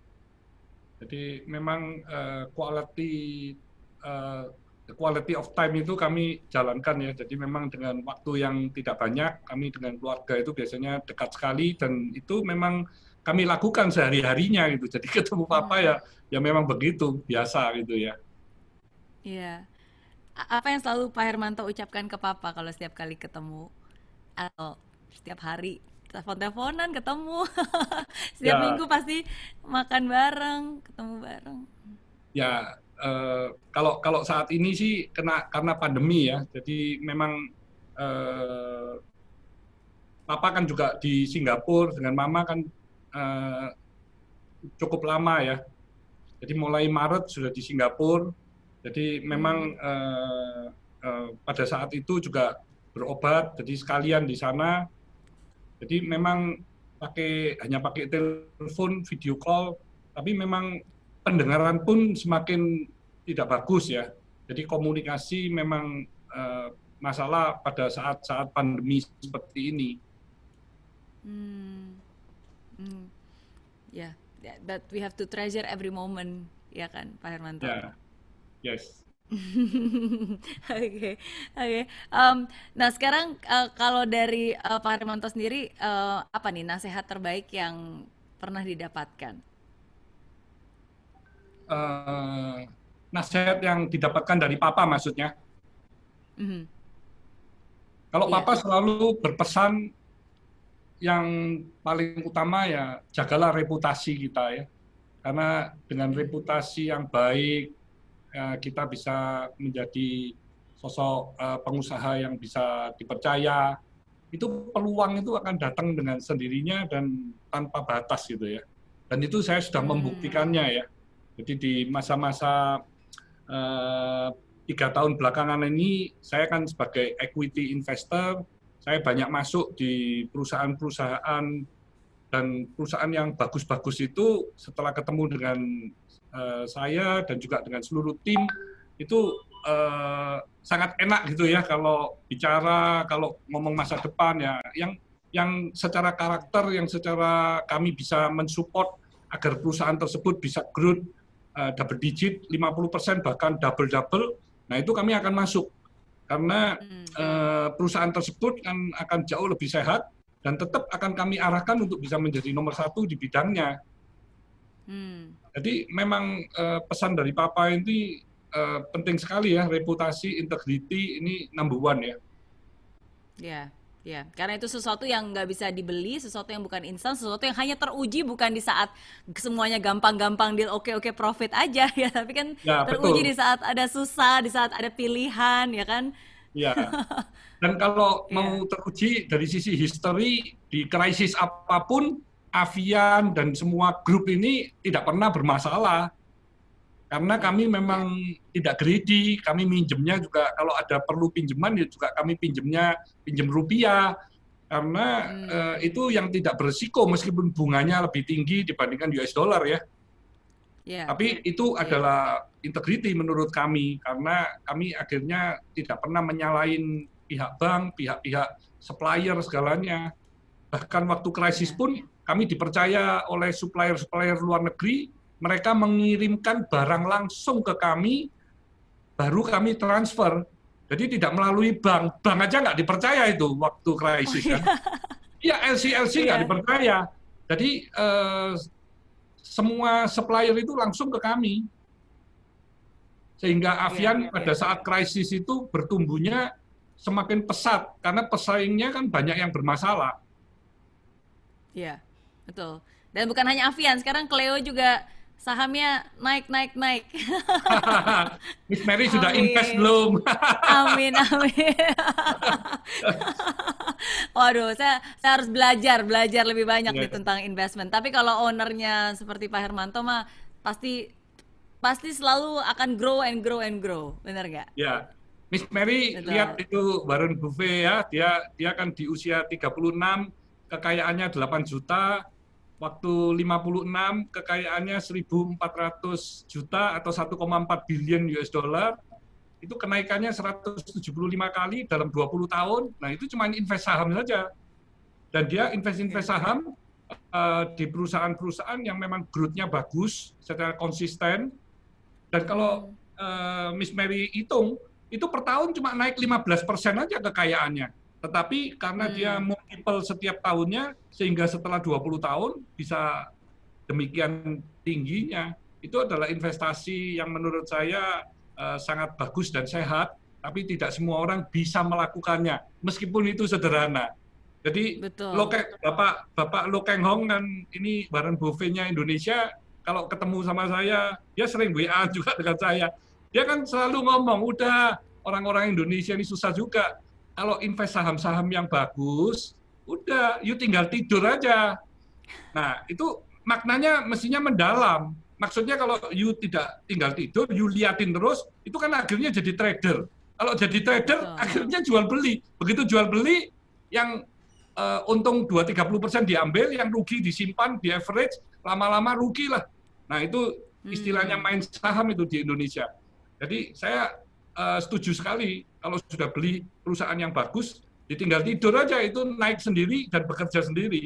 Jadi memang uh, quality uh, quality of time itu kami jalankan ya. Jadi memang dengan waktu yang tidak banyak, kami dengan keluarga itu biasanya dekat sekali, dan itu memang kami lakukan sehari-harinya gitu. Jadi ketemu papa ya, ya memang begitu biasa gitu ya. Iya. Apa yang selalu Pak Hermanto ucapkan ke papa kalau setiap kali ketemu atau setiap hari? Telepon-teleponan, ketemu setiap ya. Minggu pasti makan bareng, ketemu bareng. Ya eh, kalau kalau saat ini sih kena karena pandemi ya, jadi memang eh, papa kan juga di Singapura, dengan mama kan eh, cukup lama ya. Jadi mulai Maret sudah di Singapura, jadi memang eh, eh, pada saat itu juga berobat, jadi sekalian di sana. Jadi memang pakai hanya pakai telepon, video call, tapi memang pendengaran pun semakin tidak bagus ya. Jadi komunikasi memang uh, masalah pada saat-saat pandemi seperti ini. Hmm. Hmm. Ya, yeah. But we have to treasure every moment, ya kan, Pak Hermanto? Ya, yeah. Yes. Oke, oke. Um, nah sekarang uh, kalau dari uh, Pak Hermanto sendiri, uh, apa nih nasihat terbaik yang pernah didapatkan? Uh, nasihat yang didapatkan dari papa maksudnya? Mm-hmm. Kalau yeah. Papa selalu berpesan yang paling utama ya jagalah reputasi kita ya, karena dengan reputasi yang baik kita bisa menjadi sosok uh, pengusaha yang bisa dipercaya, itu peluang itu akan datang dengan sendirinya dan tanpa batas gitu ya. Dan itu saya sudah hmm. membuktikannya ya. Jadi di masa-masa uh, tiga tahun belakangan ini, saya kan sebagai equity investor, saya banyak masuk di perusahaan-perusahaan, dan perusahaan yang bagus-bagus itu setelah ketemu dengan Uh, saya dan juga dengan seluruh tim itu uh, sangat enak gitu ya kalau bicara, kalau ngomong masa depan ya, yang yang secara karakter, yang secara kami bisa mensupport agar perusahaan tersebut bisa growth uh, double digit, lima puluh persen bahkan double-double, nah itu kami akan masuk karena uh, perusahaan tersebut kan akan jauh lebih sehat dan tetap akan kami arahkan untuk bisa menjadi nomor satu di bidangnya. Hmm. Jadi memang uh, pesan dari papa ini uh, penting sekali ya, reputasi, integrity ini number one ya. Ya, ya, karena itu sesuatu yang nggak bisa dibeli, sesuatu yang bukan instan, sesuatu yang hanya teruji bukan di saat semuanya gampang-gampang deal, oke-oke profit aja ya, tapi kan ya, teruji betul. Di saat ada susah, di saat ada pilihan, ya kan? Ya. Dan kalau ya. Mau teruji dari sisi history di krisis apapun, Avian dan semua grup ini tidak pernah bermasalah. Karena Ya, kami ya, memang tidak greedy, kami minjemnya juga kalau ada perlu pinjaman ya juga kami pinjemnya pinjem rupiah karena hmm, eh, itu yang tidak berisiko meskipun bunganya lebih tinggi dibandingkan U S dollar ya. ya, Tapi itu ya, adalah integriti menurut kami karena kami akhirnya tidak pernah menyalahin pihak bank, pihak-pihak supplier segalanya. Bahkan waktu krisis ya. pun kami dipercaya oleh supplier-supplier luar negeri, mereka mengirimkan barang langsung ke kami, baru kami transfer. Jadi tidak melalui bank. Bank aja nggak dipercaya itu waktu Oh krisis kan. iya, Iya, L C L C nggak iya, dipercaya. Jadi eh, semua supplier itu langsung ke kami. Sehingga iya, Avian pada iya, saat krisis itu bertumbuhnya semakin pesat karena pesaingnya kan banyak yang bermasalah. iya, betul. Dan bukan hanya Avian, sekarang Cleo juga sahamnya naik, naik, naik. Miss Mary sudah invest Amin. belum? Amin, amin. Waduh, saya saya harus belajar, belajar lebih banyak nih Ya, tentang investment. Tapi kalau ownernya seperti Pak Hermanto mah pasti pasti selalu akan grow and grow and grow, bener nggak? ya. Miss Mary lihat Betul. itu Warren Buffett ya, dia dia kan di usia tiga puluh enam kekayaannya delapan juta, waktu lima puluh enam kekayaannya seribu empat ratus juta atau satu koma empat billion U S dollar. Itu kenaikannya seratus tujuh puluh lima kali dalam dua puluh tahun. Nah, itu cuma invest saham saja. Dan dia Oke. invest-invest saham uh, di perusahaan-perusahaan yang memang growth-nya bagus, secara konsisten. Dan kalau Hmm. uh, Miss Mary hitung, itu per tahun cuma naik lima belas persen aja kekayaannya. Tetapi karena dia Hmm. multiple setiap tahunnya, sehingga setelah dua puluh tahun bisa demikian tingginya. Itu adalah investasi yang menurut saya uh, sangat bagus dan sehat, tapi tidak semua orang bisa melakukannya, meskipun itu sederhana. Jadi Betul. Lokeng, Bapak Bapak Lokeng Hong kan ini Warren Buffett-nya Indonesia, kalau ketemu sama saya, dia sering W A juga dengan saya. Dia kan selalu ngomong, udah orang-orang Indonesia ini susah juga. Kalau invest saham-saham yang bagus, udah, you tinggal tidur aja. Nah, itu maknanya mestinya mendalam. Maksudnya kalau you tidak tinggal tidur, you liatin terus, itu kan akhirnya jadi trader. Kalau jadi trader, Betul. akhirnya jual beli. Begitu jual beli, yang uh, untung dua sampai tiga puluh persen diambil, yang rugi disimpan, di average, lama-lama rugi lah. Nah, itu istilahnya Hmm. main saham itu di Indonesia. Jadi saya uh, setuju sekali kalau sudah beli perusahaan yang bagus, ditinggal tidur aja, itu naik sendiri dan bekerja sendiri.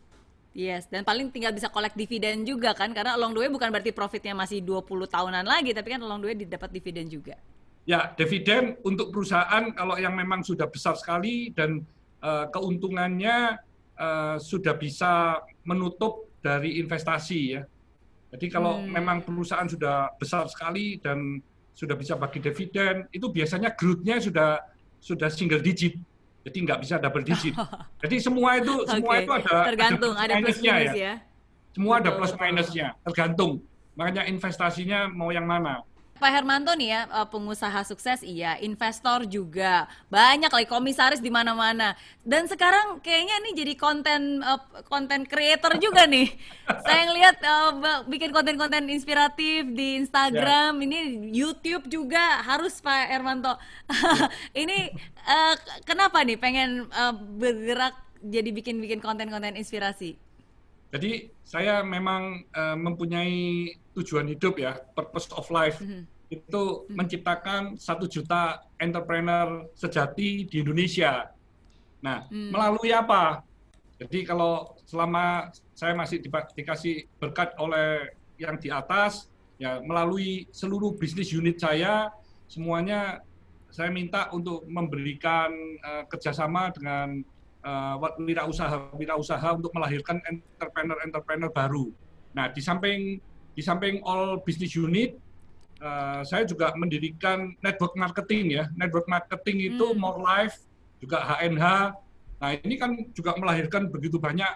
Yes, dan paling tinggal bisa collect dividen juga kan, karena along the way bukan berarti profitnya masih dua puluh tahunan lagi, tapi kan along the way didapat dividen juga. Ya, dividen untuk perusahaan kalau yang memang sudah besar sekali dan uh, keuntungannya uh, sudah bisa menutup dari investasi ya. Jadi kalau memang Hmm. perusahaan sudah besar sekali dan sudah bisa bagi dividen, itu biasanya growth-nya sudah sudah single digit. Jadi nggak bisa double digit. Jadi semua itu semua itu Oke, ada ada tergantung, plus ada plus minusnya minus ya. ya. Semua ada Betul, plus betul. minusnya, tergantung. Makanya investasinya mau yang mana. Pak Hermanto nih ya, eh, pengusaha sukses iya, investor juga. Banyak lagi komisaris di mana-mana. Dan sekarang kayaknya nih jadi konten eh, konten creator juga nih. Saya ngelihat eh, ba- bikin konten-konten inspiratif di Ya, Instagram, ini YouTube juga harus Pak Hermanto. ya. Ini eh, kenapa nih pengen eh, bergerak jadi bikin-bikin konten-konten inspirasi? Jadi saya memang uh, mempunyai tujuan hidup ya, purpose of life Mhm, itu mhm. menciptakan satu juta entrepreneur sejati di Indonesia. Nah, Hmm. melalui apa? Jadi kalau selama saya masih di, dikasih berkat oleh yang di atas, ya melalui seluruh bisnis unit saya, semuanya saya minta untuk memberikan uh, kerjasama dengan uh, wirausaha-wirausaha untuk melahirkan entrepreneur-entrepreneur baru. Nah, di samping di samping all business unit, uh, saya juga mendirikan network marketing ya. Network marketing itu Hmm. More Life, juga H N H. Nah, ini kan juga melahirkan begitu banyak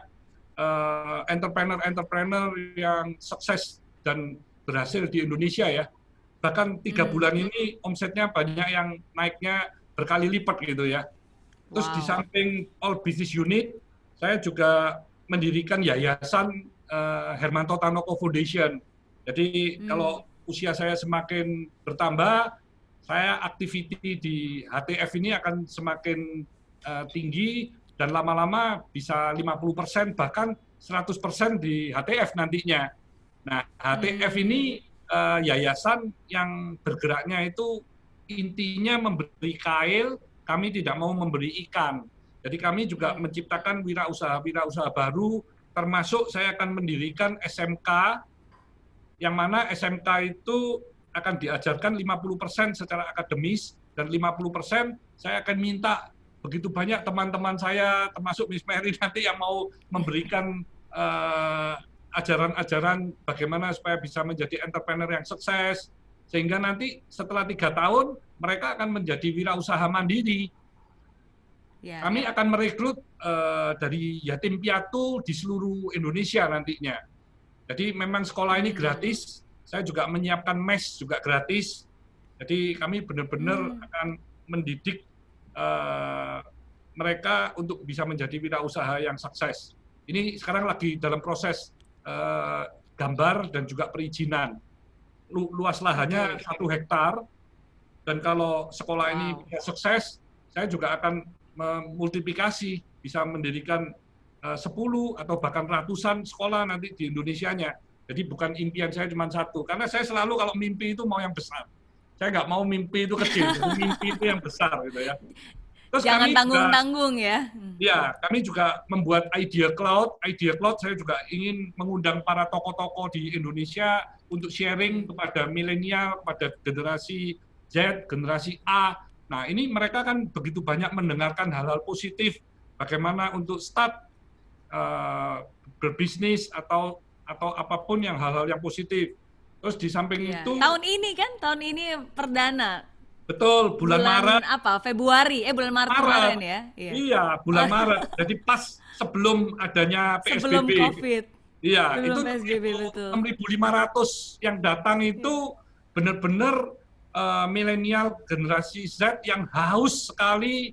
uh, entrepreneur-entrepreneur yang sukses dan berhasil di Indonesia ya. Bahkan tiga Hmm. bulan ini omsetnya banyak yang naiknya berkali lipat gitu ya. Terus di Wow. samping all business unit, saya juga mendirikan yayasan uh, Hermanto Tanoko Foundation. Jadi Hmm. kalau usia saya semakin bertambah, saya aktiviti di H T F ini akan semakin uh, tinggi dan lama-lama bisa lima puluh persen bahkan seratus persen di H T F nantinya. Nah, H T F Hmm. ini uh, yayasan yang bergeraknya itu intinya memberi kail, kami tidak mau memberi ikan. Jadi kami juga Hmm. menciptakan wirausaha-wirausaha baru, termasuk saya akan mendirikan S M K, yang mana S M K itu akan diajarkan lima puluh persen secara akademis, dan lima puluh persen saya akan minta begitu banyak teman-teman saya, termasuk Miss Mary nanti yang mau memberikan uh, ajaran-ajaran bagaimana supaya bisa menjadi entrepreneur yang sukses, sehingga nanti setelah tiga tahun mereka akan menjadi wirausaha mandiri. Ya. Kami akan merekrut uh, dari yatim piatu di seluruh Indonesia nantinya. Jadi memang sekolah ini gratis, saya juga menyiapkan mes juga gratis. Jadi kami benar-benar Hmm. akan mendidik uh, mereka untuk bisa menjadi wirausaha yang sukses. Ini sekarang lagi dalam proses uh, gambar dan juga perizinan. Lu, luas lahannya Oke. satu hektar, dan kalau sekolah ini Wow. bisa sukses, saya juga akan memultiplikasi, bisa mendirikan uh, sepuluh atau bahkan ratusan sekolah nanti di Indonesianya. Jadi bukan impian saya cuma satu, karena saya selalu kalau mimpi itu mau yang besar. Saya nggak mau mimpi itu kecil, jadi mimpi itu yang besar gitu ya. Terus Jangan kami tanggung-tanggung ya. juga, ya, kami juga membuat Idea Cloud. Idea Cloud saya juga ingin mengundang para tokoh-tokoh di Indonesia untuk sharing kepada milenial, kepada generasi Z, generasi A. Nah, ini mereka kan begitu banyak mendengarkan hal-hal positif, bagaimana untuk start uh, berbisnis atau atau apapun yang hal-hal yang positif. Terus di samping Iya. itu, Tahun ini kan, tahun ini perdana. betul, bulan Maret, apa? Februari. Eh, bulan Maret Maret, kemarin ya. Iya. iya, bulan Maret. Jadi pas sebelum adanya P S B B. Sebelum COVID. Iya, Sebelum itu P S B B, betul. enam ribu lima ratus yang datang itu benar-benar uh, milenial generasi Z yang haus sekali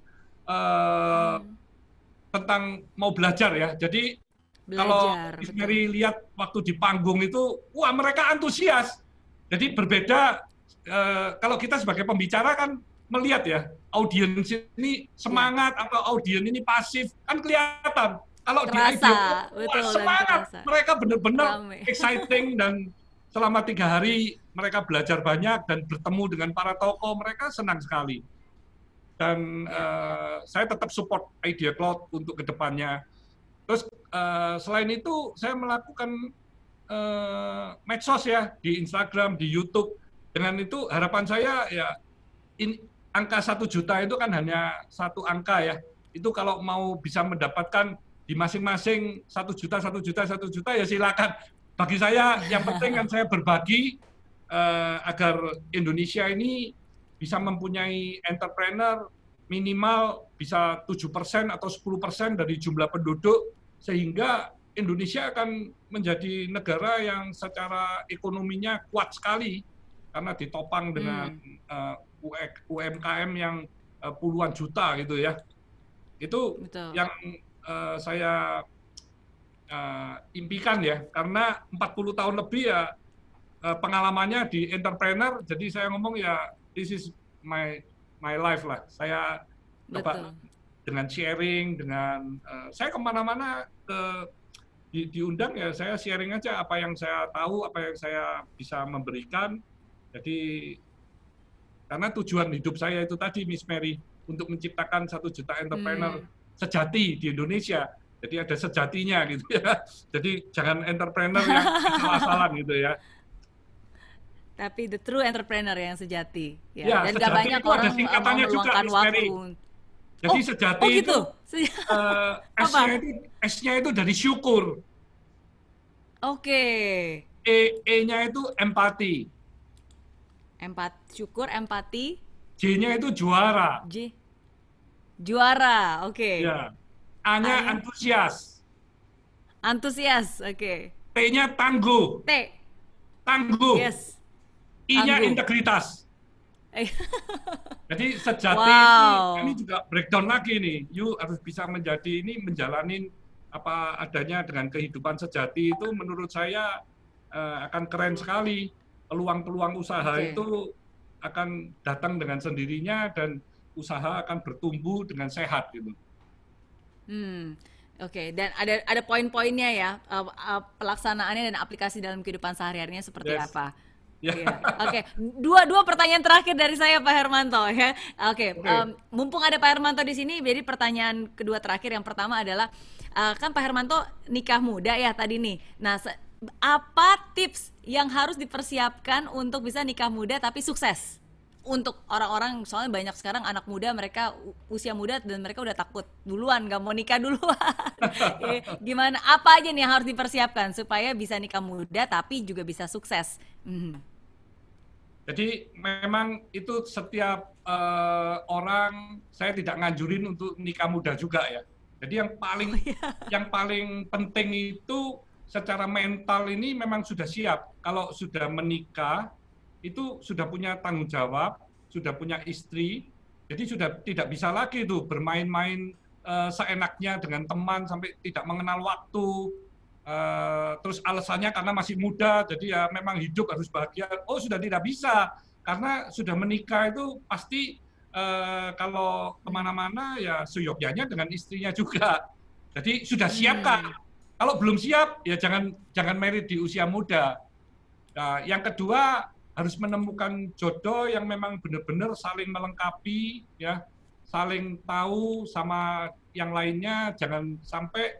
uh, Hmm. tentang mau belajar ya. Jadi kalau Belajar, Miss betul. Mary lihat waktu di panggung itu, wah mereka antusias. Jadi berbeda uh, kalau kita sebagai pembicara kan melihat ya, audiens ini semangat atau audiens ini pasif, kan kelihatan. Kalau di Terasa, Idea, betul, wah dan semangat. terasa. Mereka benar-benar Rame. exciting, dan selama tiga hari mereka belajar banyak dan bertemu dengan para tokoh, mereka senang sekali. Dan uh, saya tetap support Idea Cloud untuk kedepannya. Terus uh, selain itu saya melakukan uh, medsos ya, di Instagram, di YouTube. Dengan itu harapan saya ya, in, angka satu juta itu kan hanya satu angka ya. Itu kalau mau bisa mendapatkan di masing-masing satu juta, satu juta, satu juta ya silakan. Bagi saya yang penting kan saya berbagi uh, agar Indonesia ini bisa mempunyai entrepreneur minimal bisa tujuh persen atau sepuluh persen dari jumlah penduduk, sehingga Indonesia akan menjadi negara yang secara ekonominya kuat sekali karena ditopang dengan Hmm. uh, U M K M yang uh, puluhan juta gitu ya. Itu Betul. yang uh, saya uh, impikan ya, karena empat puluh tahun lebih ya uh, pengalamannya di entrepreneur, jadi saya ngomong ya this is my my life lah. Saya coba Betul. dengan sharing, dengan uh, saya kemana-mana ke di, diundang ya saya sharing aja apa yang saya tahu, apa yang saya bisa memberikan. Jadi karena tujuan hidup saya itu tadi, Miss Mary, untuk menciptakan satu juta entrepreneur Hmm. sejati di Indonesia. Jadi ada sejatinya gitu ya. Jadi jangan entrepreneur yang asal-asalan gitu ya. Tapi the true entrepreneur yang sejati. Ya. Ya, Dan gak sejati banyak itu ada orang uh, mau singkatannya juga, meluangkan Miss Mary. waktu. Jadi Oh, sejati oh itu gitu. uh, Apa? S-nya itu S-nya itu dari syukur. Oke. E E-nya itu empati. Empat syukur, empati, J-nya itu juara. J juara. Oke. Ya. A-nya A-nya? antusias. Antusias. Oke. T-nya tangguh. T. Tangguh. Yes. I-nya Tangguh. integritas. Eh, Jadi sejati Wow. ini, ini juga breakdown lagi nih. You harus bisa menjadi ini, menjalanin apa adanya dengan kehidupan sejati itu menurut saya uh, akan keren sekali. peluang-peluang usaha Oke. itu akan datang dengan sendirinya dan usaha akan bertumbuh dengan sehat gitu. Hmm, oke. Dan ada ada poin-poinnya ya, eh, eh, pelaksanaannya dan aplikasi dalam kehidupan sehari-harinya seperti Yes. apa? Ya. Iya. Oke. Dua dua pertanyaan terakhir dari saya Pak Hermanto ya. Oke. Em, Oke. mumpung ada Pak Hermanto di sini, jadi pertanyaan kedua terakhir yang pertama adalah eh, kan Pak Hermanto nikah muda ya tadi nih. Nah, se- apa tips yang harus dipersiapkan untuk bisa nikah muda tapi sukses? Untuk orang-orang, soalnya banyak sekarang anak muda, mereka u- usia muda dan mereka udah takut duluan gak mau nikah duluan. Eh, gimana apa aja nih yang harus dipersiapkan supaya bisa nikah muda tapi juga bisa sukses? Mhm. Jadi memang itu setiap eh, orang, saya tidak nganjurin untuk nikah muda juga ya. Jadi yang Oh paling iya. yang paling penting itu secara mental ini memang sudah siap. Kalau sudah menikah itu sudah punya tanggung jawab, sudah punya istri, jadi sudah tidak bisa lagi tuh bermain-main eh, seenaknya dengan teman sampai tidak mengenal waktu. Eh, terus alasannya karena masih muda, jadi ya memang hidup harus bahagia. Oh sudah tidak bisa, karena sudah menikah itu pasti eh, kalau Hmm. kemana-mana ya seyogyanya dengan istrinya juga. Jadi sudah siapkah? Hmm. Kalau belum siap ya jangan jangan married di usia muda. Nah, yang kedua harus menemukan jodoh yang memang benar-benar saling melengkapi, ya, saling tahu sama yang lainnya. Jangan sampai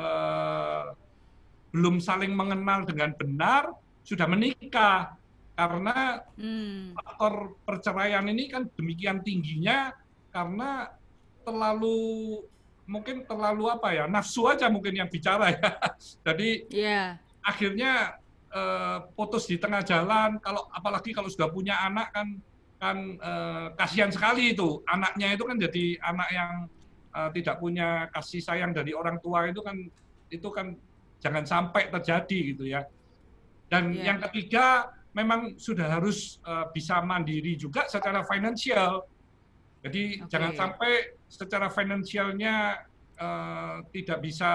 eh, belum saling mengenal dengan benar sudah menikah, karena Hmm. faktor perceraian ini kan demikian tingginya karena terlalu mungkin terlalu apa ya nafsu aja mungkin yang bicara ya. Jadi Iya. akhirnya eh, putus di tengah jalan. Kalau apalagi kalau sudah punya anak kan kan eh, kasihan sekali itu anaknya itu kan jadi anak yang eh, tidak punya kasih sayang dari orang tua itu kan itu kan jangan sampai terjadi gitu ya. Dan yang Iya. ketiga memang sudah harus eh, bisa mandiri juga secara finansial. Jadi jangan Oke. sampai secara finansialnya eh, tidak bisa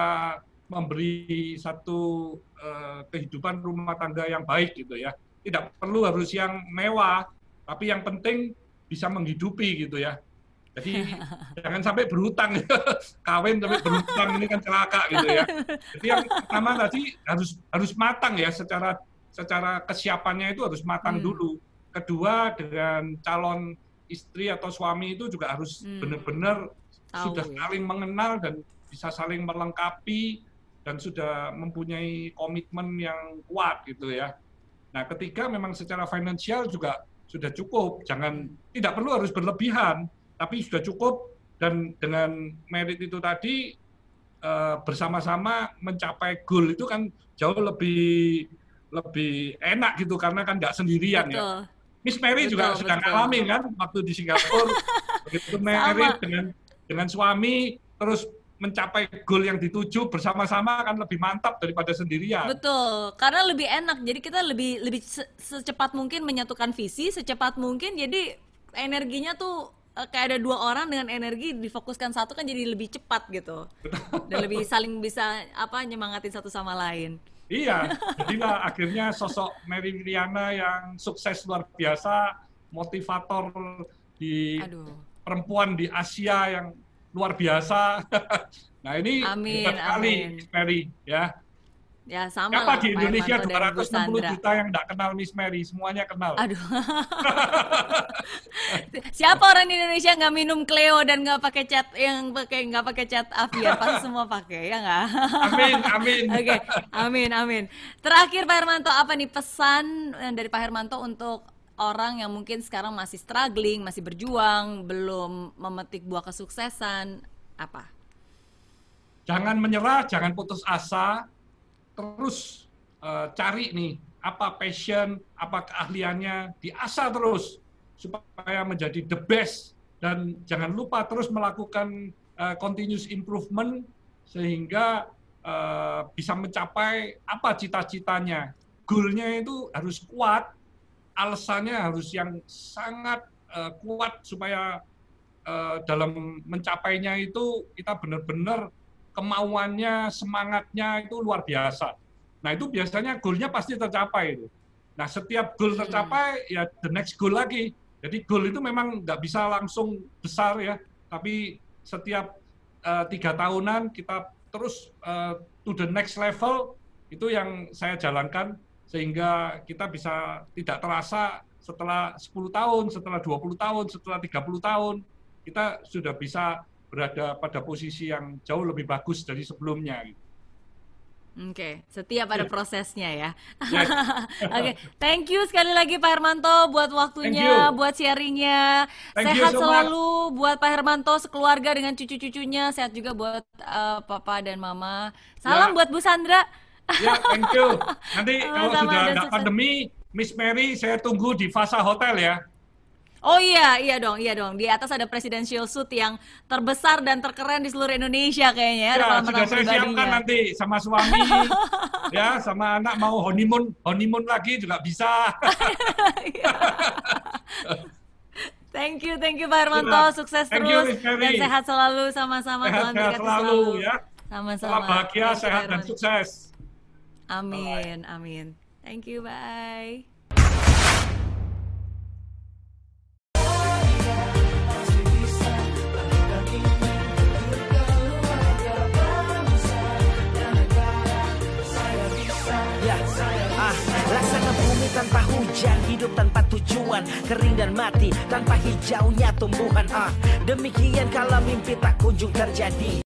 memberi satu eh, kehidupan rumah tangga yang baik gitu ya. Tidak perlu harus yang mewah, tapi yang penting bisa menghidupi gitu ya. Jadi jangan sampai berhutang, kawin sampai berhutang ini kan celaka gitu ya. Jadi yang pertama tadi harus harus matang ya secara secara kesiapannya itu harus matang Hmm. dulu. Kedua dengan calon istri atau suami itu juga harus Hmm. benar-benar sudah Tahu ya. saling mengenal dan bisa saling melengkapi dan sudah mempunyai komitmen yang kuat gitu ya. Nah, ketiga memang secara finansial juga sudah cukup, jangan Hmm. tidak perlu harus berlebihan, tapi sudah cukup dan dengan merit itu tadi eh, bersama-sama mencapai goal itu kan jauh lebih lebih enak gitu karena kan nggak sendirian ya. Betul. Miss Mary juga Betul, sudah betul. ngalamin kan waktu di Singapura begitu merit Sama. dengan dengan suami terus mencapai goal yang dituju bersama-sama kan lebih mantap daripada sendirian. Betul, karena lebih enak. Jadi kita lebih lebih se- secepat mungkin menyatukan visi, secepat mungkin. Jadi energinya tuh eh, kayak ada dua orang dengan energi difokuskan satu kan jadi lebih cepat gitu. Dan lebih saling bisa apa nyemangatin satu sama lain. Iya, jadilah akhirnya sosok Mary Riana yang sukses luar biasa, motivator di Aduh. perempuan di Asia yang luar biasa. Nah ini Amin, hebat sekali amin. Miss Mary ya. Ya sama Siapa lah di Pak Indonesia Hermanto dan dua Bu ratus enam puluh Sandra. juta yang tidak kenal Miss Mary, semuanya kenal. Aduh. Siapa orang di Indonesia nggak minum Cleo dan nggak pakai cat yang pakai nggak pakai cat Avian? Pasti semua pakai ya nggak? Amin, amin. Oke, amin amin. Terakhir Pak Hermanto apa nih pesan eh, dari Pak Hermanto untuk orang yang mungkin sekarang masih struggling, masih berjuang, belum memetik buah kesuksesan apa? Jangan menyerah, jangan putus asa, terus eh, cari nih apa passion, apa keahliannya, diasah terus supaya menjadi the best dan jangan lupa terus melakukan eh, continuous improvement sehingga eh, bisa mencapai apa cita-citanya. Goalnya itu harus kuat, alasannya harus yang sangat eh, kuat supaya eh, dalam mencapainya itu kita benar-benar kemauannya, semangatnya itu luar biasa. Nah itu biasanya goalnya pasti tercapai itu. Nah, setiap goal tercapai, ya the next goal lagi. Jadi goal itu memang nggak bisa langsung besar ya, tapi setiap uh, tiga tahunan kita terus uh, to the next level, itu yang saya jalankan, sehingga kita bisa tidak terasa setelah sepuluh tahun, setelah dua puluh tahun, setelah tiga puluh tahun, kita sudah bisa berada pada posisi yang jauh lebih bagus dari sebelumnya. Oke, okay. Setiap ada prosesnya ya. Yes. Oke, okay. Thank you sekali lagi Pak Hermanto buat waktunya, buat sharingnya. Sehat so selalu much. Buat Pak Hermanto, sekeluarga dengan cucu-cucunya. Sehat juga buat uh, Papa dan Mama. Salam ya. Buat Bu Sandra. Ya, thank you. Nanti kalau sudah ada pandemi, Miss Mary, saya tunggu di Fasa Hotel ya. Oh iya, iya dong, iya dong. Di atas ada presidential suite yang terbesar dan terkeren di seluruh Indonesia kayaknya. Ya, ya sudah saya siapkan nanti sama suami, ya, sama anak mau honeymoon, honeymoon lagi juga bisa. Thank you, thank you Pak Hermanto. Ya. Sukses thank terus you, dan sehat selalu sama-sama. Sehat, sehat selalu, selalu ya. Sama-sama. Selamat bahagia, thank sehat dan sukses. Amin, amin. Thank you, bye. Tanpa hujan, hidup tanpa tujuan, kering dan mati tanpa hijaunya tumbuhan. Ah, demikian kalau mimpi tak kunjung terjadi.